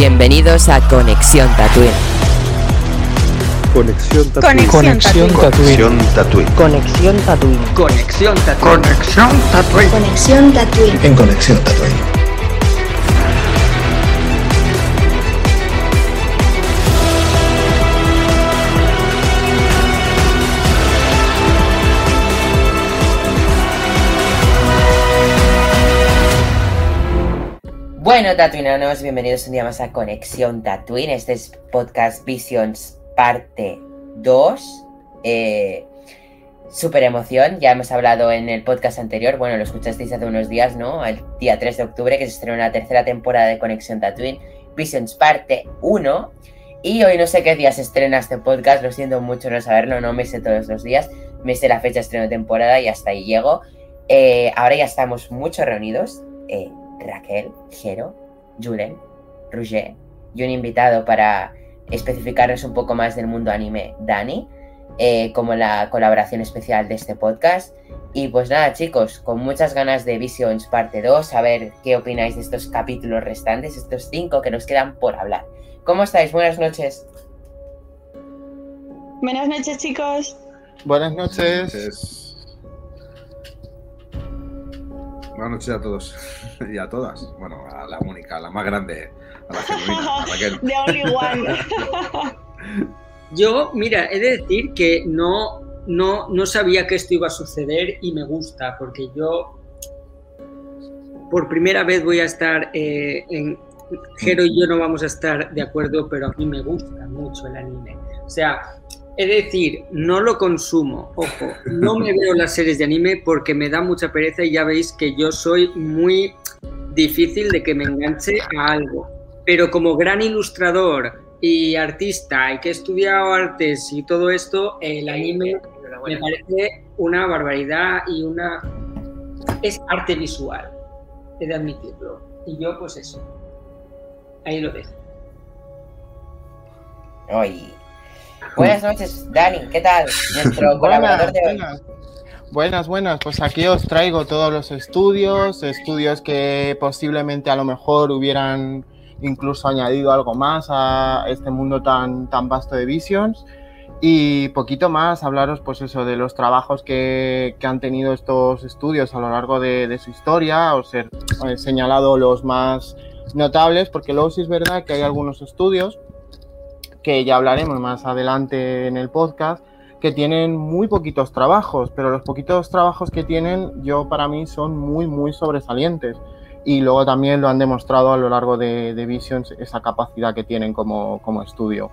Bienvenidos a Conexión Tatooine. Conexión Tatooine. Conexión Tatooine. Conexión Tatooine. Conexión Tatooine. Conexión Tatooine. Conexión Tatooine. En Conexión Tatooine. Bueno, Tatooinanos, bienvenidos un día más a Conexión Tatooine. Este es Podcast Visions parte 2. Súper emoción, ya hemos hablado en el podcast anterior, bueno, lo escuchasteis hace unos días, ¿no? El día 3 de octubre, que se estrenó la tercera temporada de Conexión Tatooine, Visions parte 1. Y hoy no sé qué día se estrena este podcast, lo siento mucho no saberlo, no me sé todos los días, me sé la fecha de estreno de temporada y hasta ahí llego. Ahora ya estamos mucho reunidos. Raquel, Jero, Julen, Roger y un invitado para especificarnos un poco más del mundo anime, Dani, como la colaboración especial de este podcast. Y pues nada, chicos, con muchas ganas de Visions parte 2, a ver qué opináis de estos capítulos restantes, estos 5 que nos quedan por hablar. ¿Cómo estáis? Buenas noches. Buenas noches, chicos. Buenas noches. Buenas noches a todos y a todas. Bueno, a la única, a la más grande, a la genuina, a Raquel. The only one. Yo, mira, he de decir que no sabía que esto iba a suceder y me gusta, porque yo por primera vez voy a estar Jero y yo no vamos a estar de acuerdo, pero a mí me gusta mucho el anime. O sea, es decir, no lo consumo, ojo, no me veo las series de anime porque me da mucha pereza y ya veis que yo soy muy difícil de que me enganche a algo. Pero como gran ilustrador y artista y que he estudiado artes y todo esto, el anime me parece una barbaridad y es arte visual, he de admitirlo. Y yo pues eso, ahí lo dejo. Oye. Buenas noches, Dani, ¿qué tal? Nuestro colaborador de hoy. Buenas, pues aquí os traigo todos los estudios que posiblemente a lo mejor hubieran incluso añadido algo más a este mundo tan vasto de Visions, y poquito más hablaros pues eso de los trabajos que han tenido estos estudios a lo largo de su historia. Os he señalado los más notables porque luego sí es verdad que hay algunos estudios que ya hablaremos más adelante en el podcast, que tienen muy poquitos trabajos, pero los poquitos trabajos que tienen, para mí son muy sobresalientes. Y luego también lo han demostrado a lo largo de Visions, esa capacidad que tienen como estudio.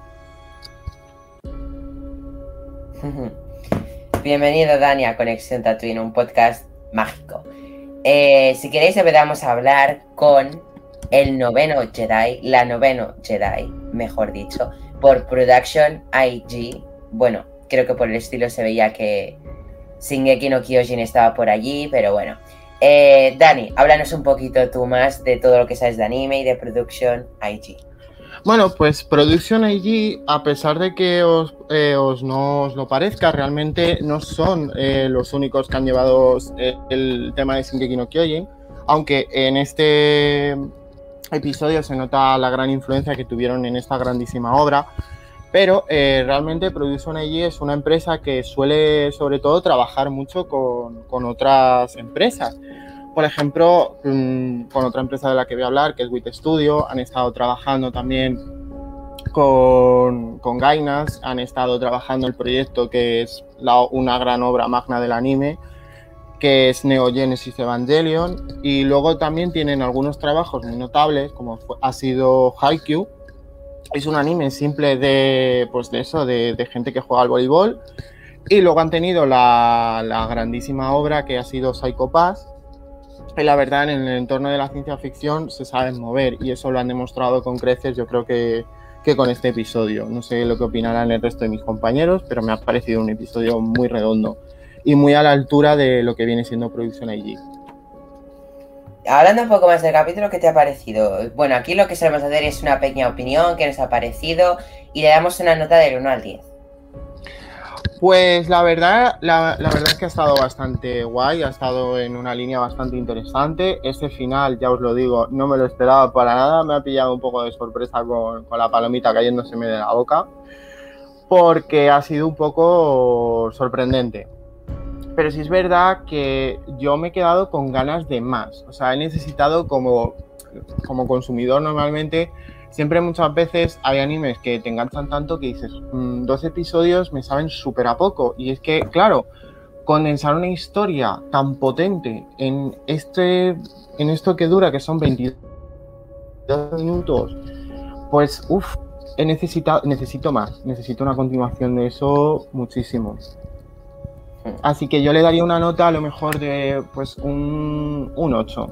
Bienvenido, Dani, a Conexión Tatooine, un podcast mágico. Si queréis empezamos a hablar con el noveno Jedi, la noveno Jedi, mejor dicho, por Production IG. Bueno, creo que por el estilo se veía que Shingeki no Kyojin estaba por allí, pero bueno. Dani, háblanos un poquito tú más de todo lo que sabes de anime y de Production IG. Bueno, pues Production IG, a pesar de que no os lo parezca, realmente no son los únicos que han llevado el tema de Shingeki no Kyojin, aunque en este episodio se nota la gran influencia que tuvieron en esta grandísima obra, pero realmente Production IG es una empresa que suele sobre todo trabajar mucho con otras empresas. Por ejemplo, con otra empresa de la que voy a hablar, que es WIT Studio, han estado trabajando también con Gainax, han estado trabajando el proyecto que es una gran obra magna del anime, que es Neo Genesis Evangelion, y luego también tienen algunos trabajos muy notables, como ha sido Haikyuu. Es un anime simple de gente que juega al voleibol, y luego han tenido la grandísima obra que ha sido Psycho Pass, y la verdad en el entorno de la ciencia ficción se saben mover, y eso lo han demostrado con creces, yo creo que con este episodio. No sé lo que opinarán el resto de mis compañeros, pero me ha parecido un episodio muy redondo y muy a la altura de lo que viene siendo Production IG. Hablando un poco más del capítulo, ¿qué te ha parecido? Bueno, aquí lo que solemos hacer es una pequeña opinión, qué nos ha parecido, y le damos una nota del 1 al 10. Pues la verdad es que ha estado bastante guay, ha estado en una línea bastante interesante. Ese final, ya os lo digo, no me lo esperaba para nada, me ha pillado un poco de sorpresa con la palomita cayéndoseme de la boca, porque ha sido un poco sorprendente. Pero sí es verdad que yo me he quedado con ganas de más. O sea, he necesitado como consumidor normalmente, siempre muchas veces hay animes que te enganchan tanto que dices, 2 episodios me saben súper a poco. Y es que, claro, condensar una historia tan potente en esto que dura, que son 22 minutos, pues necesito más, necesito una continuación de eso muchísimo. Así que yo le daría una nota a lo mejor de pues un 8.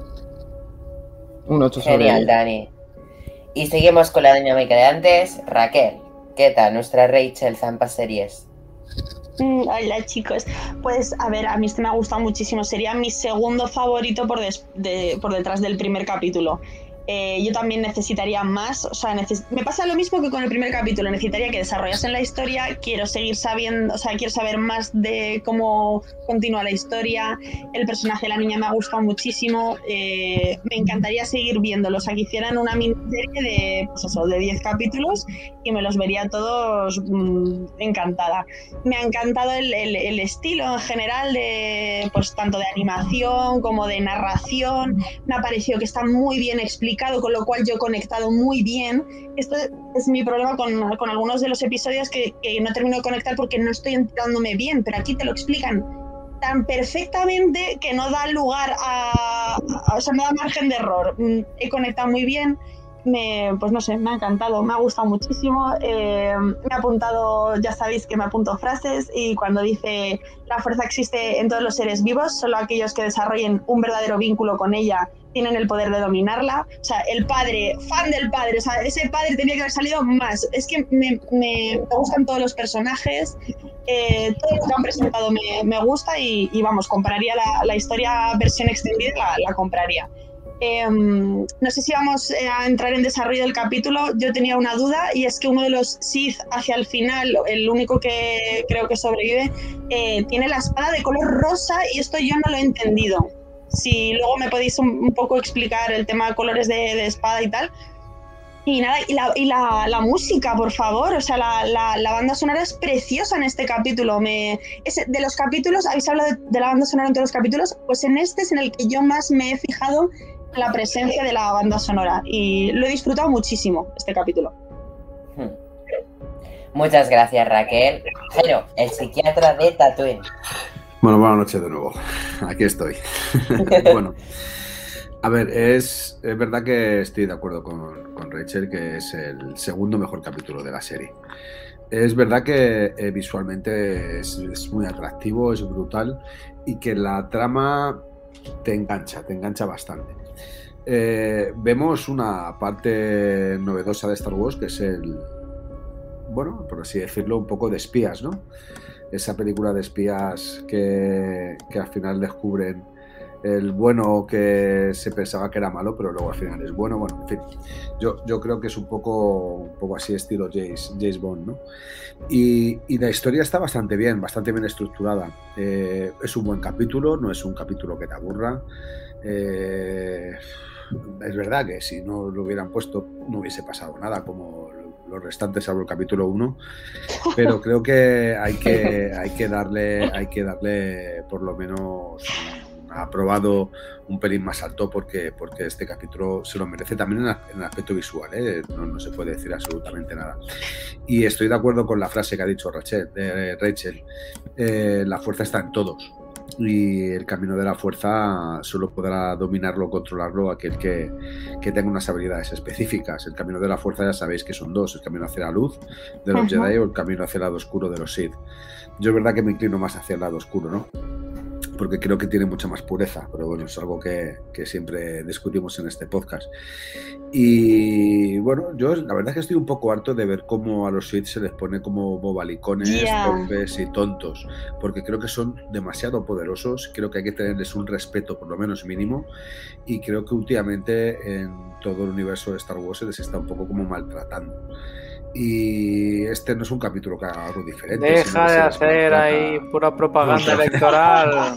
Un 8 sobre Genial, 10. Dani. Y seguimos con la dinámica de antes. Raquel, ¿qué tal? Nuestra Rachel Zampa Series. Hola chicos, pues a ver, a mí este me ha gustado muchísimo, sería mi segundo favorito por detrás del primer capítulo. Yo también necesitaría más, o sea, me pasa lo mismo que con el primer capítulo, necesitaría que desarrollasen la historia, quiero seguir sabiendo, o sea, quiero saber más de cómo continúa la historia, el personaje de la niña me ha gustado muchísimo, me encantaría seguir viéndolo, o sea, que hicieran una miniserie de, pues eso, de 10 capítulos y me los vería todos encantada. Me ha encantado el estilo en general, de, pues tanto de animación como de narración, me ha parecido que está muy bien explicado, con lo cual yo he conectado muy bien. Esto es mi problema con algunos de los episodios que no termino de conectar porque no estoy enterándome bien, pero aquí te lo explican tan perfectamente que no da lugar o sea, no da margen de error. He conectado muy bien, pues no sé, me ha encantado, me ha gustado muchísimo. Me he apuntado, ya sabéis que me apunto frases, y cuando dice la fuerza existe en todos los seres vivos, solo aquellos que desarrollen un verdadero vínculo con ella tienen el poder de dominarla. O sea, el padre, fan del padre, o sea, ese padre tenía que haber salido más. Es que me gustan todos los personajes, todo lo que han presentado me gusta, y vamos, compraría la historia versión extendida, la compraría. No sé si vamos a entrar en desarrollo del capítulo. Yo tenía una duda, y es que uno de los Sith hacia el final, el único que creo que sobrevive, tiene la espada de color rosa, y esto yo no lo he entendido. Si luego me podéis un poco explicar el tema de colores de espada y tal. Y nada, y la música, por favor, o sea, la banda sonora es preciosa en este capítulo. De los capítulos, habéis hablado de la banda sonora en todos los capítulos, pues en este es en el que yo más me he fijado en la presencia de la banda sonora, y lo he disfrutado muchísimo este capítulo. Muchas gracias, Raquel. Jero, el psiquiatra de Tatooine. Bueno, buenas noches de nuevo. Aquí estoy. Bueno, a ver, es verdad que estoy de acuerdo con Rachel, que es el segundo mejor capítulo de la serie. Es verdad que visualmente es muy atractivo, es brutal, y que la trama te engancha bastante. Vemos una parte novedosa de Star Wars, que es bueno, por así decirlo, un poco de espías, ¿no? Esa película de espías que al final descubren el bueno que se pensaba que era malo, pero luego al final es bueno. Bueno, en fin, yo creo que es un poco así estilo James Bond, ¿no? Y la historia está bastante bien estructurada. Es un buen capítulo, no es un capítulo que te aburra. Es verdad que si no lo hubieran puesto no hubiese pasado nada, como los restantes, salvo el capítulo 1, pero creo que hay que darle por lo menos aprobado un pelín más alto, porque este capítulo se lo merece también en el aspecto visual, no se puede decir absolutamente nada. Y estoy de acuerdo con la frase que ha dicho Rachel, la fuerza está en todos, y el camino de la fuerza solo podrá dominarlo o controlarlo aquel que tenga unas habilidades específicas. El camino de la fuerza ya sabéis que son dos: el camino hacia la luz de los Jedi o el camino hacia el lado oscuro de los Sith. Yo es verdad que me inclino más hacia el lado oscuro, ¿no? Porque creo que tiene mucha más pureza, pero bueno, es algo que siempre discutimos en este podcast. Y bueno, yo la verdad es que estoy un poco harto de ver cómo a los Sith se les pone como bobalicones, torpes y tontos, porque creo que son demasiado poderosos, creo que hay que tenerles un respeto por lo menos mínimo, y creo que últimamente en todo el universo de Star Wars se les está un poco como maltratando. Y este no es un capítulo que haga algo diferente. Deja de hacer ahí pura propaganda electoral.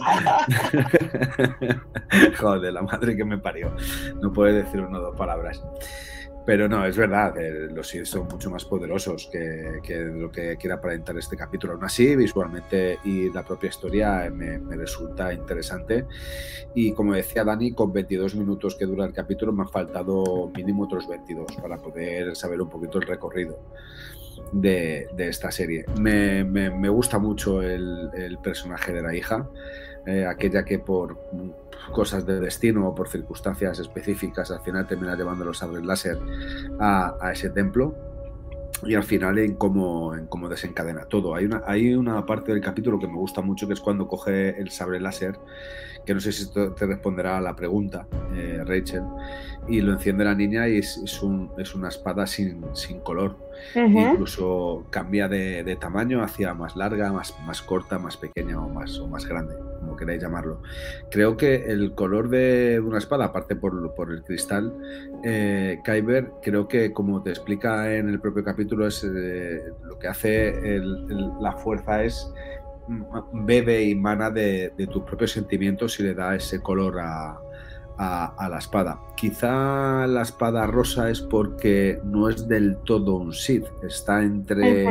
Joder, la madre que me parió. No puedo decir una o dos palabras. Pero no, es verdad, los Sith son mucho más poderosos que lo que quiera aparentar este capítulo. Aún así, visualmente y la propia historia me resulta interesante. Y como decía Dani, con 22 minutos que dura el capítulo me han faltado mínimo otros 22 para poder saber un poquito el recorrido de esta serie. Me gusta mucho el personaje de la hija, aquella que por cosas de destino o por circunstancias específicas al final termina llevando los sables láser a ese templo, y al final en cómo desencadena todo. Hay una parte del capítulo que me gusta mucho, que es cuando coge el sable láser, que no sé si esto te responderá a la pregunta, Rachel, y lo enciende la niña y es una espada sin color. Incluso cambia de tamaño hacia más larga, más corta, más pequeña o más grande, como queráis llamarlo. Creo que el color de una espada, aparte por el cristal, Kyber, creo que como te explica en el propio capítulo, es lo que hace la fuerza es bebe y mana de tus propios sentimientos y le da ese color a la espada. Quizá la espada rosa es porque no es del todo un Sith, está entre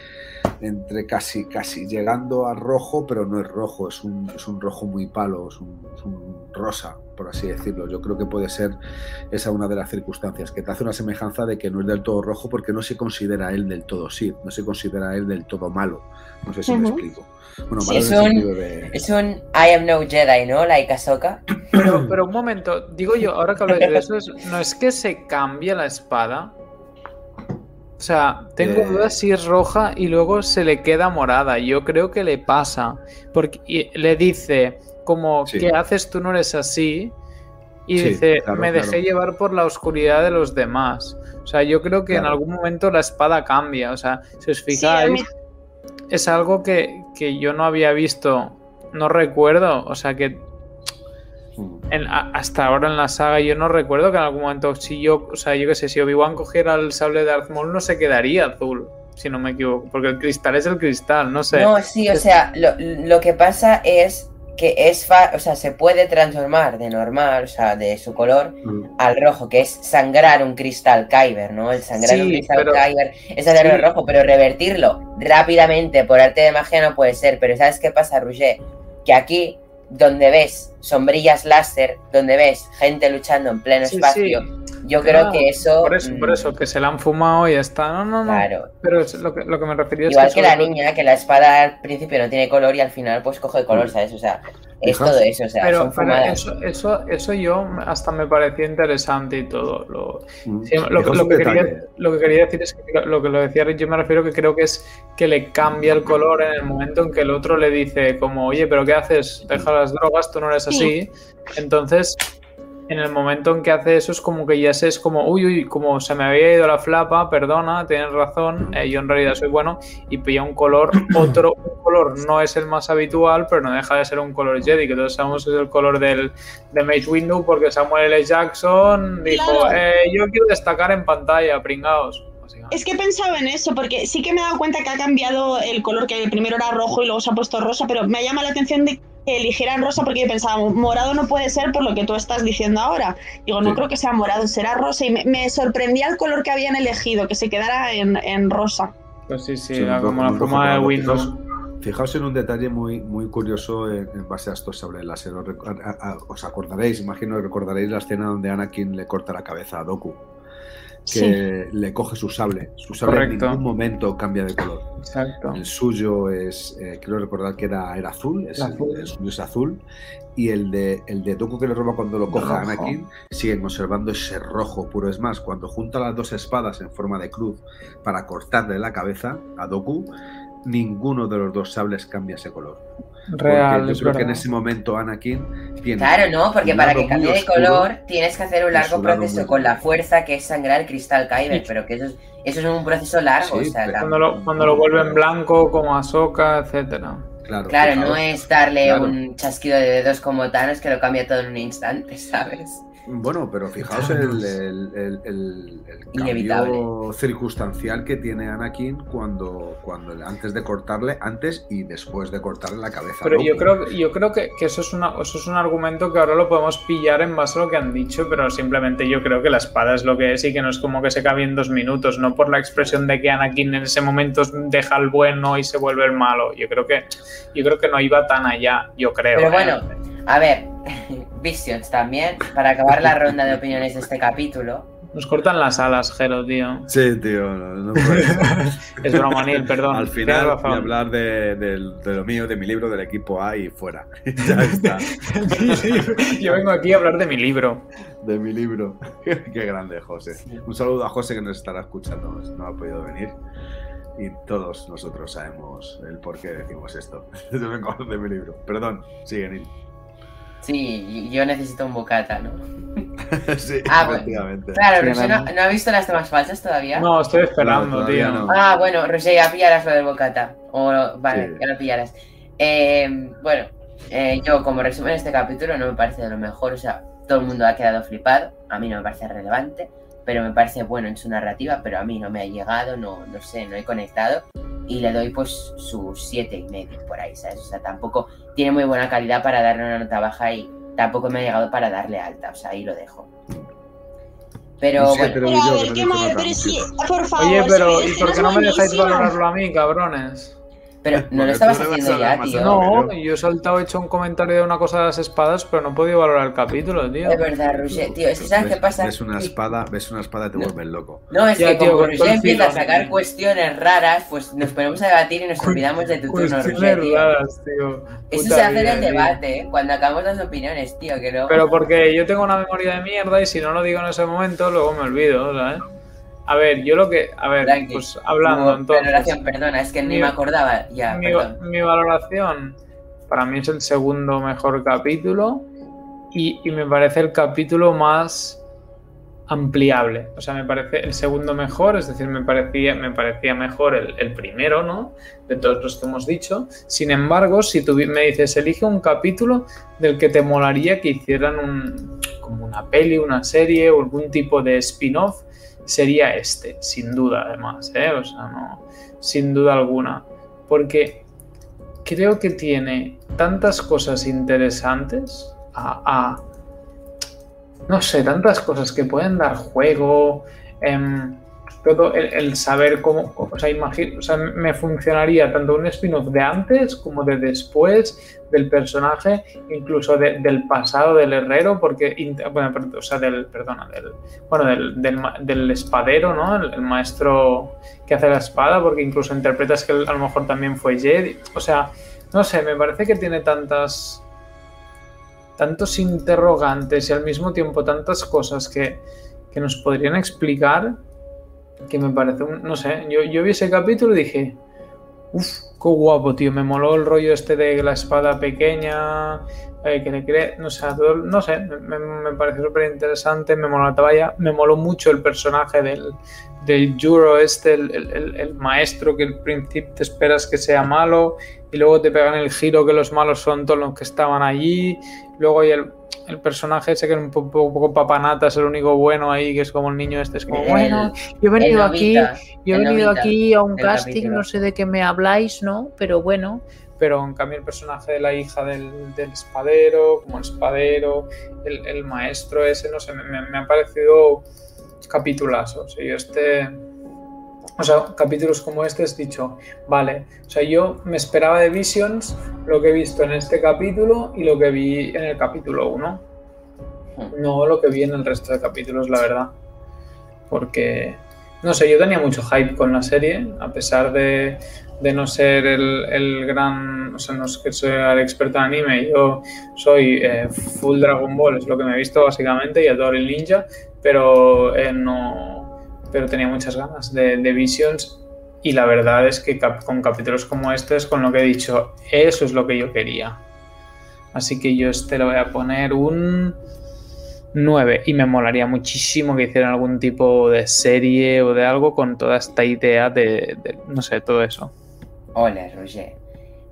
casi llegando a rojo, pero no es rojo, es un rojo muy palo, es un rosa, por así decirlo. Yo creo que puede ser esa una de las circunstancias, que te hace una semejanza de que no es del todo rojo porque no se considera él del todo Sith, no se considera él del todo malo. No sé si me explico. Bueno, sí, es un I am no Jedi, ¿no? Like Ahsoka. Pero un momento, digo yo, ahora que habláis de eso, no es que se cambie la espada. O sea, tengo dudas si es roja y luego se le queda morada. Yo creo que le pasa. Porque le dice, como, ¿qué haces? Tú no eres así. Y dice, me dejé llevar por la oscuridad de los demás. O sea, yo creo que en algún momento la espada cambia. O sea, si os fijáis, es algo que yo no había visto, no recuerdo. O sea, que hasta ahora en la saga yo no recuerdo que en algún momento, yo qué sé, si Obi-Wan cogiera el sable de Darth Maul no se quedaría azul, si no me equivoco, porque el cristal es el cristal, no sé. No, sí, o sea, lo que pasa es que se puede transformar de normal, o sea, de su color al rojo, que es sangrar un cristal Kyber, ¿no? El sangrar un cristal Kyber es hacerlo rojo, pero revertirlo rápidamente por arte de magia no puede ser. Pero ¿sabes qué pasa, Roger? Que aquí, donde ves sombrillas láser, donde ves gente luchando en pleno espacio, yo creo que eso... Por eso, que se la han fumado y ya está. No. Claro. Pero es lo que me refería igual es que la niña, que la espada al principio no tiene color y al final pues coge color, ¿sabes? O sea, es todo eso, o sea, pero, son fumadas. Eso yo hasta me parecía interesante y todo. Lo que quería decir es que lo que lo decía yo me refiero que creo que es que le cambia el color en el momento en que el otro le dice como, oye, ¿pero qué haces? Deja las drogas, tú no eres así. Entonces, en el momento en que hace eso es como que ya es como, uy, como se me había ido la flapa, perdona, tienes razón, yo en realidad soy bueno, y pilla un color, un color no es el más habitual, pero no deja de ser un color Jedi, que todos sabemos que es el color de Mace Windu, porque Samuel L. Jackson dijo, yo quiero destacar en pantalla, pringaos. Es que he pensado en eso, porque sí que me he dado cuenta que ha cambiado el color, que primero era rojo y luego se ha puesto rosa, pero me llama la atención de que eligieran rosa, porque yo pensaba, morado no puede ser por lo que tú estás diciendo ahora. Digo, no creo que sea morado, será rosa, y me sorprendía el color que habían elegido, que se quedara en rosa. Pues sí, era como la fuma de Windows. Fijaos en un detalle muy, muy curioso en base a estos sables láser. Os acordaréis, imagino que recordaréis la escena donde Anakin le corta la cabeza a Dooku. Que le coge su sable. Su sable en ningún momento cambia de color. Exacto. El suyo es, creo recordar que era azul, el suyo es azul, y el de Dooku que le roba cuando lo coja a Anakin sigue conservando ese rojo puro. Es más, cuando junta las dos espadas en forma de cruz para cortarle la cabeza a Dooku, ninguno de los dos sables cambia ese color. Real, yo creo que en ese momento Anakin tiene... Claro, no, porque para que cambie de color tienes que hacer un largo proceso con la fuerza, que es sangrar el cristal Kyber, pero que eso es un proceso largo. Sí, o sea, cuando lo vuelven blanco, como Ahsoka, etcétera. Claro, no es darle un chasquido de dedos como Thanos que lo cambia todo en un instante, ¿sabes? Bueno, pero fijaos el cambio circunstancial que tiene Anakin cuando antes de cortarle, antes y después de cortarle la cabeza. Pero yo creo que eso es un argumento que ahora lo podemos pillar en base a lo que han dicho, pero simplemente yo creo que la espada es lo que es y que no es como que se cambie en 2 minutos, no por la expresión de que Anakin en ese momento deja el bueno y se vuelve el malo. Yo creo que no iba tan allá, yo creo. Pero bueno, a ver, Visions también, para acabar la ronda de opiniones de este capítulo. Nos cortan las alas, Jero, tío. Sí, tío, no puede. Es broma, Neil, perdón. Al final voy a hablar de lo mío, de mi libro, del equipo A y fuera. Ya está. Yo vengo aquí a hablar de mi libro. De mi libro. Qué grande, José. Sí. Un saludo a José que nos estará escuchando, no ha podido venir. Y todos nosotros sabemos el por qué decimos esto. Yo vengo a hablar de mi libro. Perdón, sigue, Neil. Sí, yo necesito un bocata, ¿no? Sí, efectivamente. Bueno. Claro, Roger no ha visto las tomas falsas todavía. No, estoy esperando, tío. No. Bueno, Roger, ya pillarás lo del bocata. Vale, sí. Ya lo pillarás. Bueno, yo como resumen de este capítulo no me parece de lo mejor. O sea, todo el mundo ha quedado flipado. A mí no me parece relevante, pero me parece bueno en su narrativa, pero a mí no me ha llegado, no sé, no he conectado. Y le doy pues sus 7,5 por ahí, ¿sabes? O sea, tampoco tiene muy buena calidad para darle una nota baja y tampoco me ha llegado para darle alta, o sea, ahí lo dejo. Pero bueno. Pero a ver, ¿qué más? Pero sí, por favor. Oye, pero ¿y por qué no me dejáis valorarlo a mí, cabrones? Pero no lo estabas haciendo ya, tío. No, yo he saltado, he hecho un comentario de una cosa de las espadas, pero no he podido valorar el capítulo, tío. Es verdad, Roger, tío, es que ¿sabes qué pasa? Ves una espada y te vuelves loco. No, es que como Roger empieza a sacar cuestiones raras, pues nos ponemos a debatir y nos olvidamos de tu turno, Roger, tío. Raras, tío. Eso se hace en el debate, cuando acabamos las opiniones, tío, que no. Pero porque yo tengo una memoria de mierda y si no lo digo en ese momento, luego me olvido, ¿sabes? A ver, yo lo que... A ver, Tranqui. pues hablando entonces... Valoración, perdona, es que ni me acordaba ya, mi valoración, para mí es el segundo mejor capítulo y me parece el capítulo más ampliable. O sea, me parece el segundo mejor, es decir, me parecía mejor el primero, ¿no? De todos los que hemos dicho. Sin embargo, si tú me dices, elige un capítulo del que te molaría que hicieran como una peli, una serie o algún tipo de spin-off, sería este, sin duda, además, o sea, no, sin duda alguna, porque creo que tiene tantas cosas interesantes, no sé, tantas cosas que pueden dar juego, todo el saber cómo, o sea, me funcionaría tanto un spin-off de antes como de después del personaje, incluso del pasado del herrero, porque, o sea, del espadero, ¿no? El maestro que hace la espada, porque incluso interpretas que él a lo mejor también fue Jedi, o sea, no sé, me parece que tiene tantos interrogantes y al mismo tiempo tantas cosas que nos podrían explicar, que me parece, no sé, yo vi ese capítulo y dije, uff, qué guapo, tío, me moló el rollo este de la espada pequeña, que le cree, no sé, me pareció súper interesante, me moló la toalla, me moló mucho el personaje del Juro el maestro que al principio te esperas que sea malo y luego te pegan el giro que los malos son todos los que estaban allí, luego hay el personaje ese que es un poco papanata, es el único bueno ahí, que es como el niño este, es como, bueno, yo he venido aquí a un casting, capítulo. No sé de qué me habláis, ¿no? Pero bueno, pero en cambio el personaje de la hija del espadero, como el espadero, el maestro ese, no sé, me ha parecido capitulazos, y o sea, capítulos como este has dicho, vale, o sea, yo me esperaba de Visions lo que he visto en este capítulo y lo que vi en el capítulo 1. No lo que vi en el resto de capítulos, la verdad. Porque, no sé, yo tenía mucho hype con la serie, a pesar de no ser el gran... O sea, no es que sea el experto en anime, yo soy full Dragon Ball, es lo que me he visto básicamente, y adoro el ninja, pero pero tenía muchas ganas de Visions y la verdad es que con capítulos como este es con lo que he dicho, eso es lo que yo quería. Así que yo le voy a poner un 9 y me molaría muchísimo que hicieran algún tipo de serie o de algo con toda esta idea de no sé, todo eso. Hola, Roger.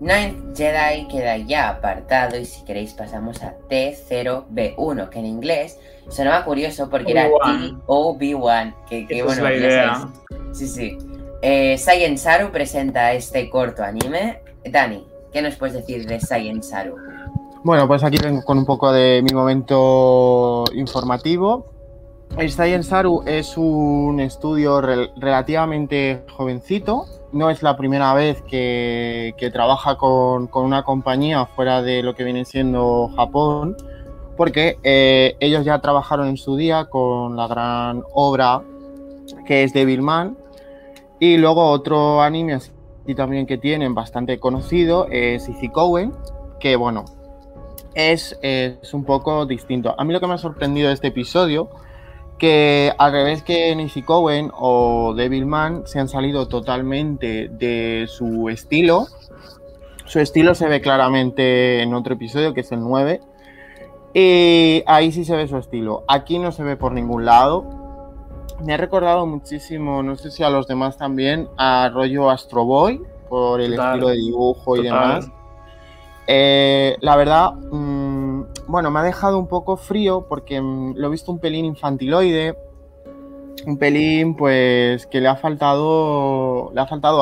Ninth Jedi queda ya apartado y si queréis pasamos a T0B1, que en inglés sonaba curioso porque era TOB1, que bueno, es la idea. Sí. Saiyan Saru presenta este corto anime. Dani, ¿qué nos puedes decir de Saiyan Saru? Bueno, pues aquí vengo con un poco de mi momento informativo. Saiyan Saru es un estudio relativamente jovencito. No es la primera vez que trabaja con una compañía fuera de lo que viene siendo Japón, porque ellos ya trabajaron en su día con la gran obra que es Devilman, y luego otro anime así también que tienen bastante conocido es Ichikouen, que bueno, es un poco distinto. A mí lo que me ha sorprendido de este episodio, que al revés que en Ichikouen o Devilman se han salido totalmente de su estilo. Su estilo se ve claramente en otro episodio, que es el 9, y ahí sí se ve su estilo. Aquí no se ve por ningún lado. Me ha recordado muchísimo, no sé si a los demás también, a rollo Astro Boy, por el estilo de dibujo y demás. La verdad, bueno, me ha dejado un poco frío porque lo he visto un pelín infantiloide, un pelín pues que le ha faltado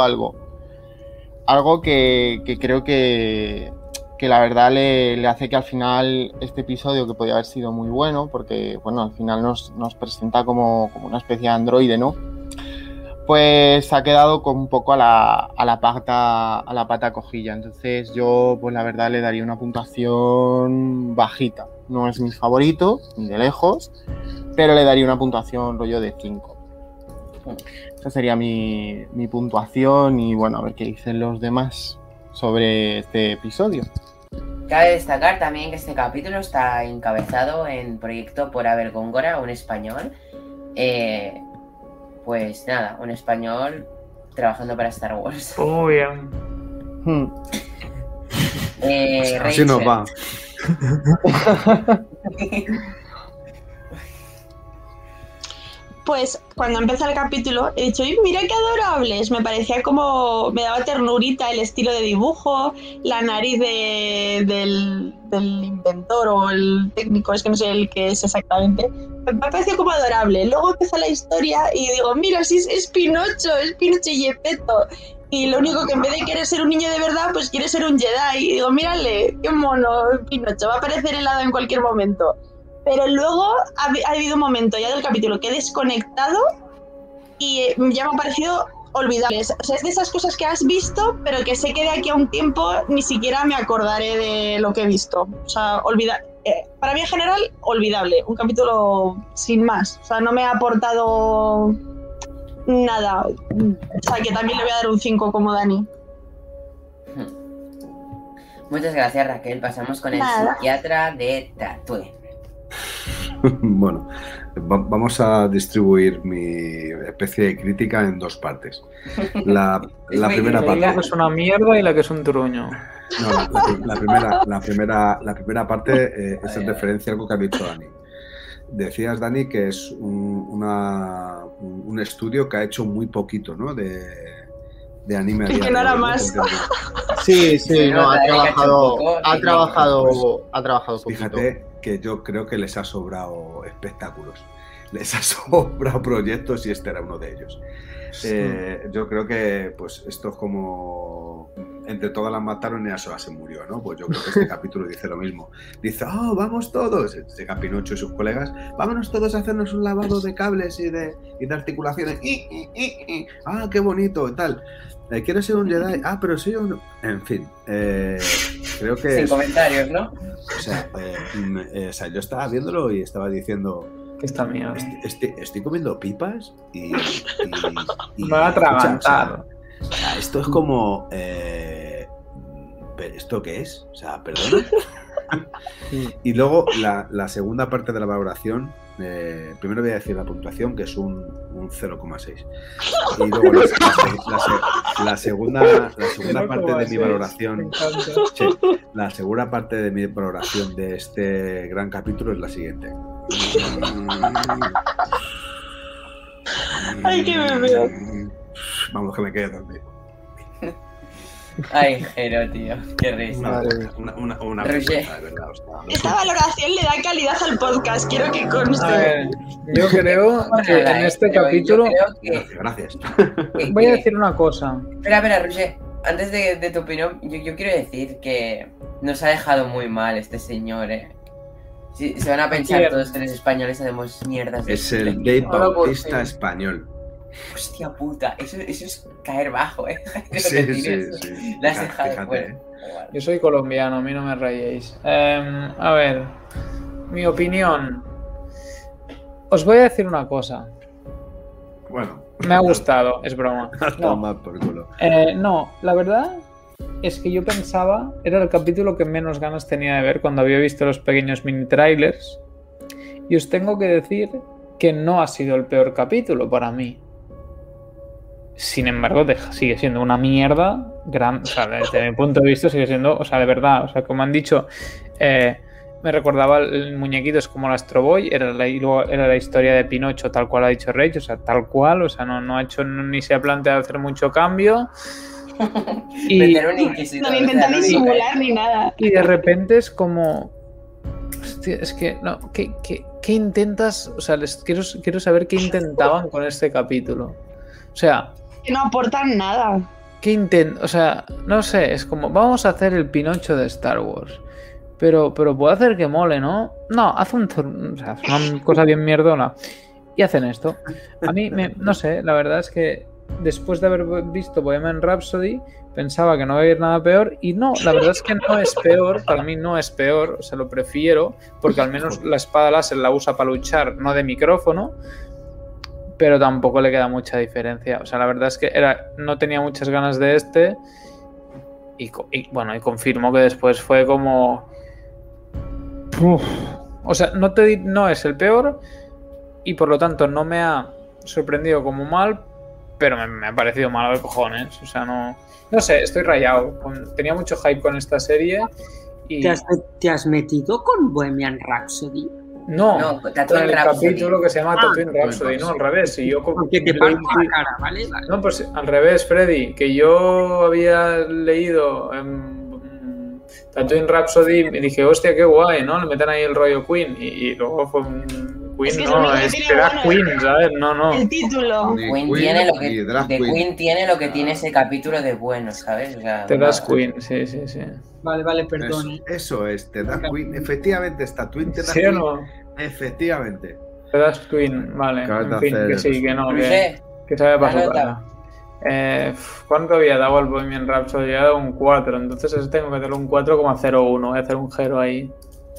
algo que creo que la verdad le hace que al final este episodio, que podía haber sido muy bueno, porque bueno, al final nos presenta como una especie de androide, ¿no? Pues ha quedado con un poco a la pata cojilla. Entonces yo, pues la verdad, le daría una puntuación bajita. No es mi favorito, ni de lejos, pero le daría una puntuación rollo de 5. Esa sería mi puntuación y bueno, a ver qué dicen los demás sobre este episodio. Cabe destacar también que este capítulo está encabezado en proyecto por Abel Góngora, un español. Pues nada, un español trabajando para Star Wars. Muy bien. Así nos va. Pues cuando empezó el capítulo he dicho, mira qué adorables, me parecía como, me daba ternurita el estilo de dibujo, la nariz del inventor o el técnico, es que no sé el que es exactamente, me pareció como adorable. Luego empezó la historia y digo, mira, si es Pinocho y Gepetto. Y lo único que en vez de querer ser un niño de verdad, pues quiere ser un Jedi. Y digo, mírale, qué mono Pinocho, va a aparecer helado en cualquier momento. Pero luego ha habido un momento ya del capítulo que he desconectado y ya me ha parecido olvidable. O sea, es de esas cosas que has visto, pero que sé que de aquí a un tiempo ni siquiera me acordaré de lo que he visto. O sea, para mí en general, olvidable. Un capítulo sin más. O sea, no me ha aportado nada. O sea, que también le voy a dar un 5 como Dani. Muchas gracias, Raquel. Pasamos con el psiquiatra de Tatooine. Bueno, vamos a distribuir mi especie de crítica en dos partes. La primera parte. La que es una mierda y la que es un truño. No, la primera parte es en referencia a algo que ha dicho Dani. Decías, Dani, que es un estudio que ha hecho muy poquito, ¿no? De anime. Y que no era más. Sí, no, ha trabajado poquito. Fíjate que yo creo que les ha sobrado espectáculos, les ha sobrado proyectos y este era uno de ellos. Yo creo que pues esto es como entre todas las mataron y a sola se murió, ¿no? Pues yo creo que este capítulo dice lo mismo. Dice, vamos todos, llega Pinocho y sus colegas, vámonos todos a hacernos un lavado de cables y de articulaciones. Qué bonito y tal. ¿Quieres ser un Jedi? Pero sí o no. En fin, creo que... Sin comentarios, ¿no? O sea, yo estaba viéndolo y estaba diciendo... Esta mierda. Estoy comiendo pipas y me va a atragantar. O sea, esto es como... ¿esto qué es? O sea, perdona. Y luego la segunda parte de la valoración... primero voy a decir la puntuación, que es un 0,6. Y luego la segunda parte de mi valoración, la segunda parte de mi valoración de este gran capítulo es la siguiente. Ay, qué me veo. Vamos, que me quede dormido. Ay, Jero, tío, qué risa. Una Roger. de verdad. Esta valoración le da calidad al podcast, quiero que conste. A ver, yo creo que en este capítulo... Gracias. Voy a decir una cosa. Espera, Roger. Antes de tu opinión, yo quiero decir que nos ha dejado muy mal este señor, ¿eh? Si, se van a pensar todos que los españoles hacemos mierdas. Es el Dave Bautista español. Hostia puta, eso es caer bajo, ¿eh? Sí. La has dejado fuera. Yo soy colombiano, a mí no me rayéis. A ver, mi opinión. Os voy a decir una cosa. Bueno. Me ha gustado, es broma. No, la verdad es que yo pensaba, era el capítulo que menos ganas tenía de ver cuando había visto los pequeños mini trailers. Y os tengo que decir que no ha sido el peor capítulo para mí. Sin embargo, sigue siendo una mierda gran, o sea, desde mi punto de vista sigue siendo, o sea, de verdad, o sea, como han dicho, me recordaba el muñequito, es como el Astro Boy, era la historia de Pinocho, tal cual ha dicho Rey, o sea, tal cual, o sea, no ha hecho ni se ha planteado hacer mucho cambio. Y no intentan ni simular ni nada. Y de repente es como, hostia, es que no, ¿qué intentas? O sea, quiero saber qué intentaban con este capítulo. O sea, que no aportan nada. O sea, no sé, es como, vamos a hacer el Pinocho de Star Wars. Pero puedo hacer que mole, ¿no? No, haz una cosa bien mierdona. Y hacen esto. A mí, no sé, la verdad es que después de haber visto Bohemian Rhapsody, pensaba que no iba a haber nada peor. Y no, la verdad es que no es peor. Para mí no es peor. O sea, lo prefiero. Porque al menos la espada láser la usa para luchar, no de micrófono. Pero tampoco le queda mucha diferencia. O sea, la verdad es que no tenía muchas ganas de este. Y confirmo que después fue como... O sea, no es el peor. Y por lo tanto no me ha sorprendido como mal. Pero me ha parecido malo de cojones. O sea, no sé, estoy rayado. Tenía mucho hype con esta serie. Y... ¿Te has metido con Bohemian Rhapsody? No, el capítulo que se llama Tatooine Rhapsody, no, al revés. Y yo porque te parto la cara, ¿vale? No, pues al revés, Freddy, que yo había leído Tatooine Rhapsody y dije, hostia, qué guay, ¿no? Le meten ahí el rollo Queen y luego fue un Queen, es que era Queen, ¿sabes? No. El título. Queen tiene lo que tiene ese capítulo de bueno, ¿sabes? O sea, te das Queen, sí. Vale, perdón. Eso es, te das Queen. Efectivamente, está Twin, te das ¿Sí Queen. o no? Efectivamente. Te das Queen, vale. En fin, que sí, que no, que se había pasado. ¿Cuánto había dado el Bohemian Rhapsody? Había dado un 4, entonces tengo que darle un 4,01. Voy a hacer un Jero ahí.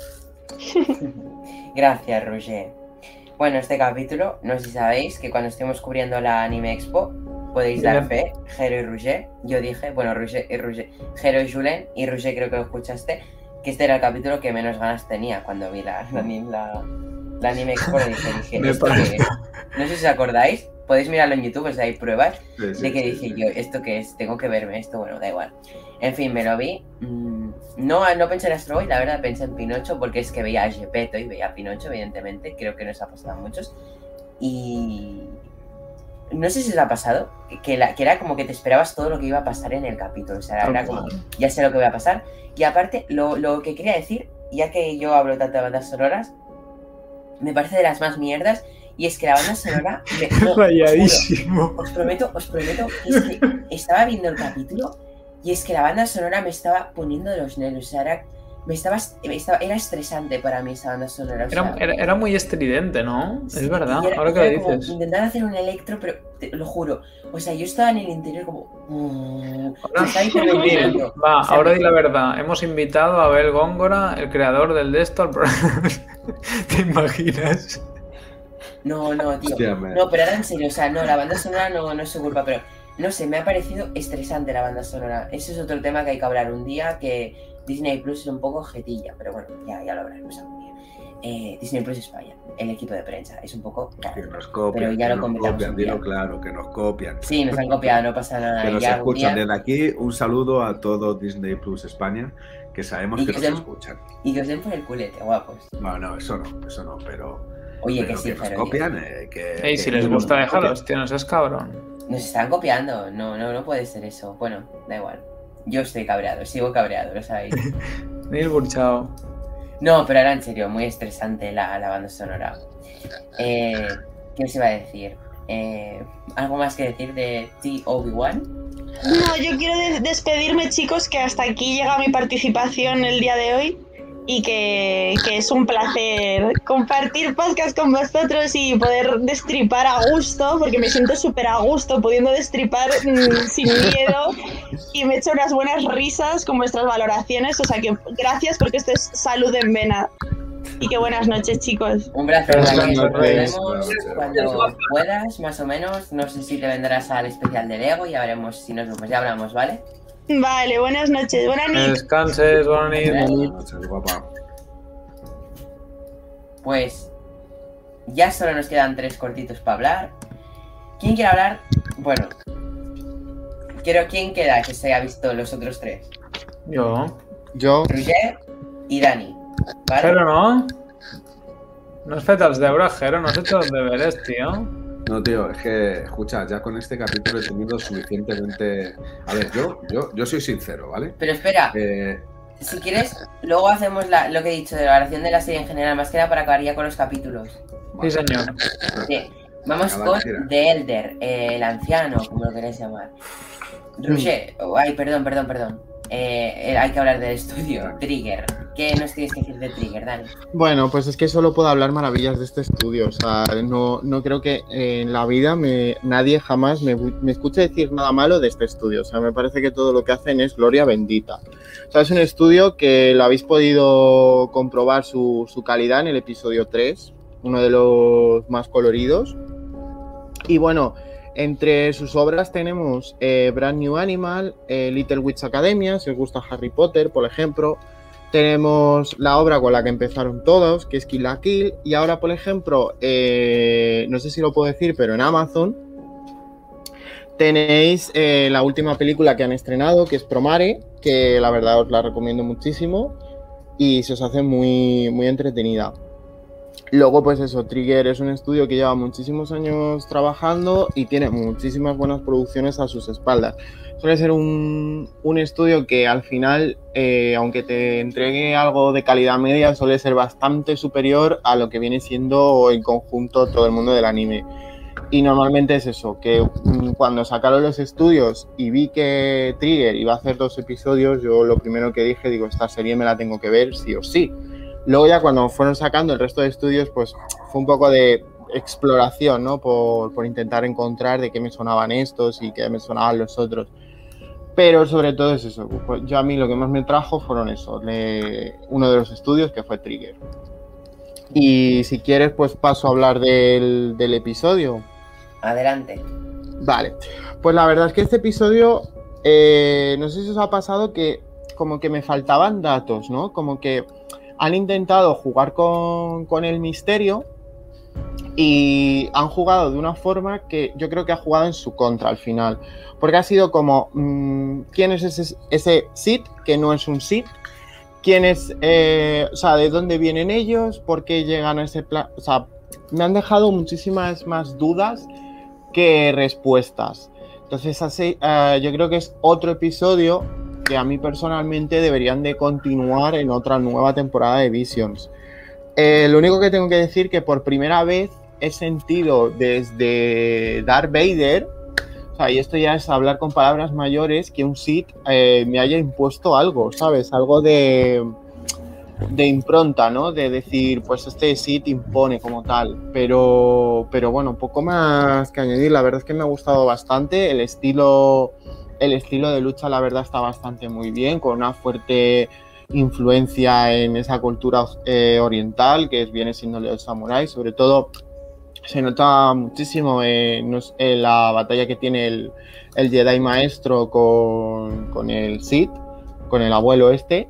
Gracias, Roger. Bueno, este capítulo, no sé si sabéis que cuando estuvimos cubriendo la Anime Expo, podéis dar fe, Jero y Roger. Yo dije, bueno, Jero y Julen, y Roger creo que lo escuchaste, que este era el capítulo que menos ganas tenía cuando vi la Anime Expo. Dije ¿esto qué es? No sé si os acordáis, podéis mirarlo en YouTube, hay pruebas de que dije yo, ¿esto qué es? Tengo que verme esto, bueno, da igual. En fin, me lo vi. No pensé en Astro Boy, la verdad pensé en Pinocho, porque es que veía a Gepetto y veía a Pinocho, evidentemente. Creo que nos ha pasado a muchos. Y no sé si os ha pasado, que era como que te esperabas todo lo que iba a pasar en el capítulo. O sea, era como, ya sé lo que va a pasar. Y aparte, lo que quería decir, ya que yo hablo tanto de bandas sonoras, me parece de las más mierdas. Y es que la banda sonora... Rayadísimo. Os prometo que es que estaba viendo el capítulo y es que la banda sonora me estaba poniendo de los nervios. O sea, era estresante para mí esa banda sonora. O sea, era muy estridente, ¿no? Sí, es verdad, ahora que lo dices. Intentar hacer un electro, pero te lo juro. O sea, yo estaba en el interior como... Ahora di la verdad. Hemos invitado a Abel Góngora, el creador del Desto, al programa. ¿Te imaginas? No, tío. Hostia, no, pero ahora en serio, o sea, no, la banda sonora no es su culpa, pero no sé, me ha parecido estresante la banda sonora. Ese es otro tema que hay que hablar un día, que Disney Plus es un poco jetilla, pero bueno, ya lo hablaremos algún día. Disney Plus España, el equipo de prensa, es un poco caro, que nos copian, pero ya lo copian, dilo claro, que nos copian. Sí, nos han copiado, no pasa nada. Que nos escuchan desde aquí, un saludo a todo Disney Plus España, que sabemos que nos escuchan. Y que os den por el culete, guapos. No, eso no, pero... Oye, que sí, nos copian, si les gusta dejarlos, tío, no seas cabrón. Nos están copiando, no puede ser eso. Bueno, da igual. Yo estoy cabreado, sigo cabreado, lo sabéis. Neil Burchao. No, pero ahora en serio, muy estresante la banda sonora. ¿Qué os iba a decir? ¿Algo más que decir de T. Obi-Wan? No, yo quiero despedirme, chicos, que hasta aquí llega mi participación el día de hoy y que es un placer compartir podcast con vosotros y poder destripar a gusto, porque me siento súper a gusto pudiendo destripar sin miedo y me echo unas buenas risas con vuestras valoraciones, o sea que gracias porque esto es salud en vena. Y que buenas noches, chicos. Un brazo. Nos vemos noches. cuando puedas, más o menos. No sé si te vendrás al especial de Lego, ya veremos si nos vemos. Ya hablamos, ¿vale? Vale, buenas noches. Buenas noches. Descanses, buenas noches. Buenas noches, guapa. Pues ya solo nos quedan 3 cortitos para hablar. ¿Quién quiere hablar? Bueno, ¿quién queda que se haya visto los otros 3? Yo. Roger y Dani. ¿Vale? Pero no. No has fet els deures, Jero, no has hecho los deberes, tío. No, tío, es que, escucha, ya con este capítulo he tenido suficientemente... A ver, yo soy sincero, ¿vale? Pero espera, si quieres, luego hacemos lo que he dicho de la valoración de la serie en general, más que nada para acabar ya con los capítulos. Sí, señor. Bien, vamos Venga, con tira. The Elder, el anciano, como lo queréis llamar. Roger, ay, perdón. Hay que hablar del estudio. Trigger. ¿Qué nos tienes que decir de Trigger, Dani? Bueno, pues es que solo puedo hablar maravillas de este estudio. O sea, no creo que en la vida nadie jamás me escuche decir nada malo de este estudio. O sea, me parece que todo lo que hacen es gloria bendita. O sea, es un estudio que lo habéis podido comprobar su calidad en el episodio 3, uno de los más coloridos. Y bueno, entre sus obras tenemos Brand New Animal, Little Witch Academia, si os gusta Harry Potter, por ejemplo. Tenemos la obra con la que empezaron todos, que es Kill la Kill. Y ahora, por ejemplo, no sé si lo puedo decir, pero en Amazon tenéis la última película que han estrenado, que es Promare, que la verdad os la recomiendo muchísimo y se os hace muy, muy entretenida. Luego, pues eso, Trigger es un estudio que lleva muchísimos años trabajando y tiene muchísimas buenas producciones a sus espaldas. Suele ser un estudio que al final, aunque te entregue algo de calidad media, suele ser bastante superior a lo que viene siendo en conjunto todo el mundo del anime. Y normalmente es eso, que cuando sacaron los estudios y vi que Trigger iba a hacer 2 episodios, yo lo primero que dije, digo, esta serie me la tengo que ver sí o sí. Luego ya cuando fueron sacando el resto de estudios, pues fue un poco de exploración, ¿no? Por intentar encontrar de qué me sonaban estos y qué me sonaban los otros. Pero sobre todo es eso. Pues yo a mí lo que más me trajo fueron eso, uno de los estudios que fue Trigger. Y si quieres, pues paso a hablar del episodio. Adelante. Vale. Pues la verdad es que este episodio, no sé si os ha pasado que como que me faltaban datos, ¿no? Como que han intentado jugar con el misterio y han jugado de una forma que yo creo que ha jugado en su contra al final. Porque ha sido como, ¿quién es ese Sith que no es un Sith? ¿Quién es, o sea, de dónde vienen ellos? ¿Por qué llegan a ese plan? O sea, me han dejado muchísimas más dudas que respuestas. Entonces, así, yo creo que es otro episodio que a mí personalmente deberían de continuar en otra nueva temporada de Visions. Lo único que tengo que decir que por primera vez he sentido desde Darth Vader, o sea, y esto ya es hablar con palabras mayores, que un Sith me haya impuesto algo, ¿sabes? Algo de impronta, ¿no? De decir, pues este Sith impone como tal, pero bueno, poco más que añadir. La verdad es que me ha gustado bastante el estilo de lucha, la verdad está bastante muy bien, con una fuerte influencia en esa cultura oriental que viene siendo los samuráis. Sobre todo se nota muchísimo en la batalla que tiene el Jedi maestro con el Sith, con el abuelo este.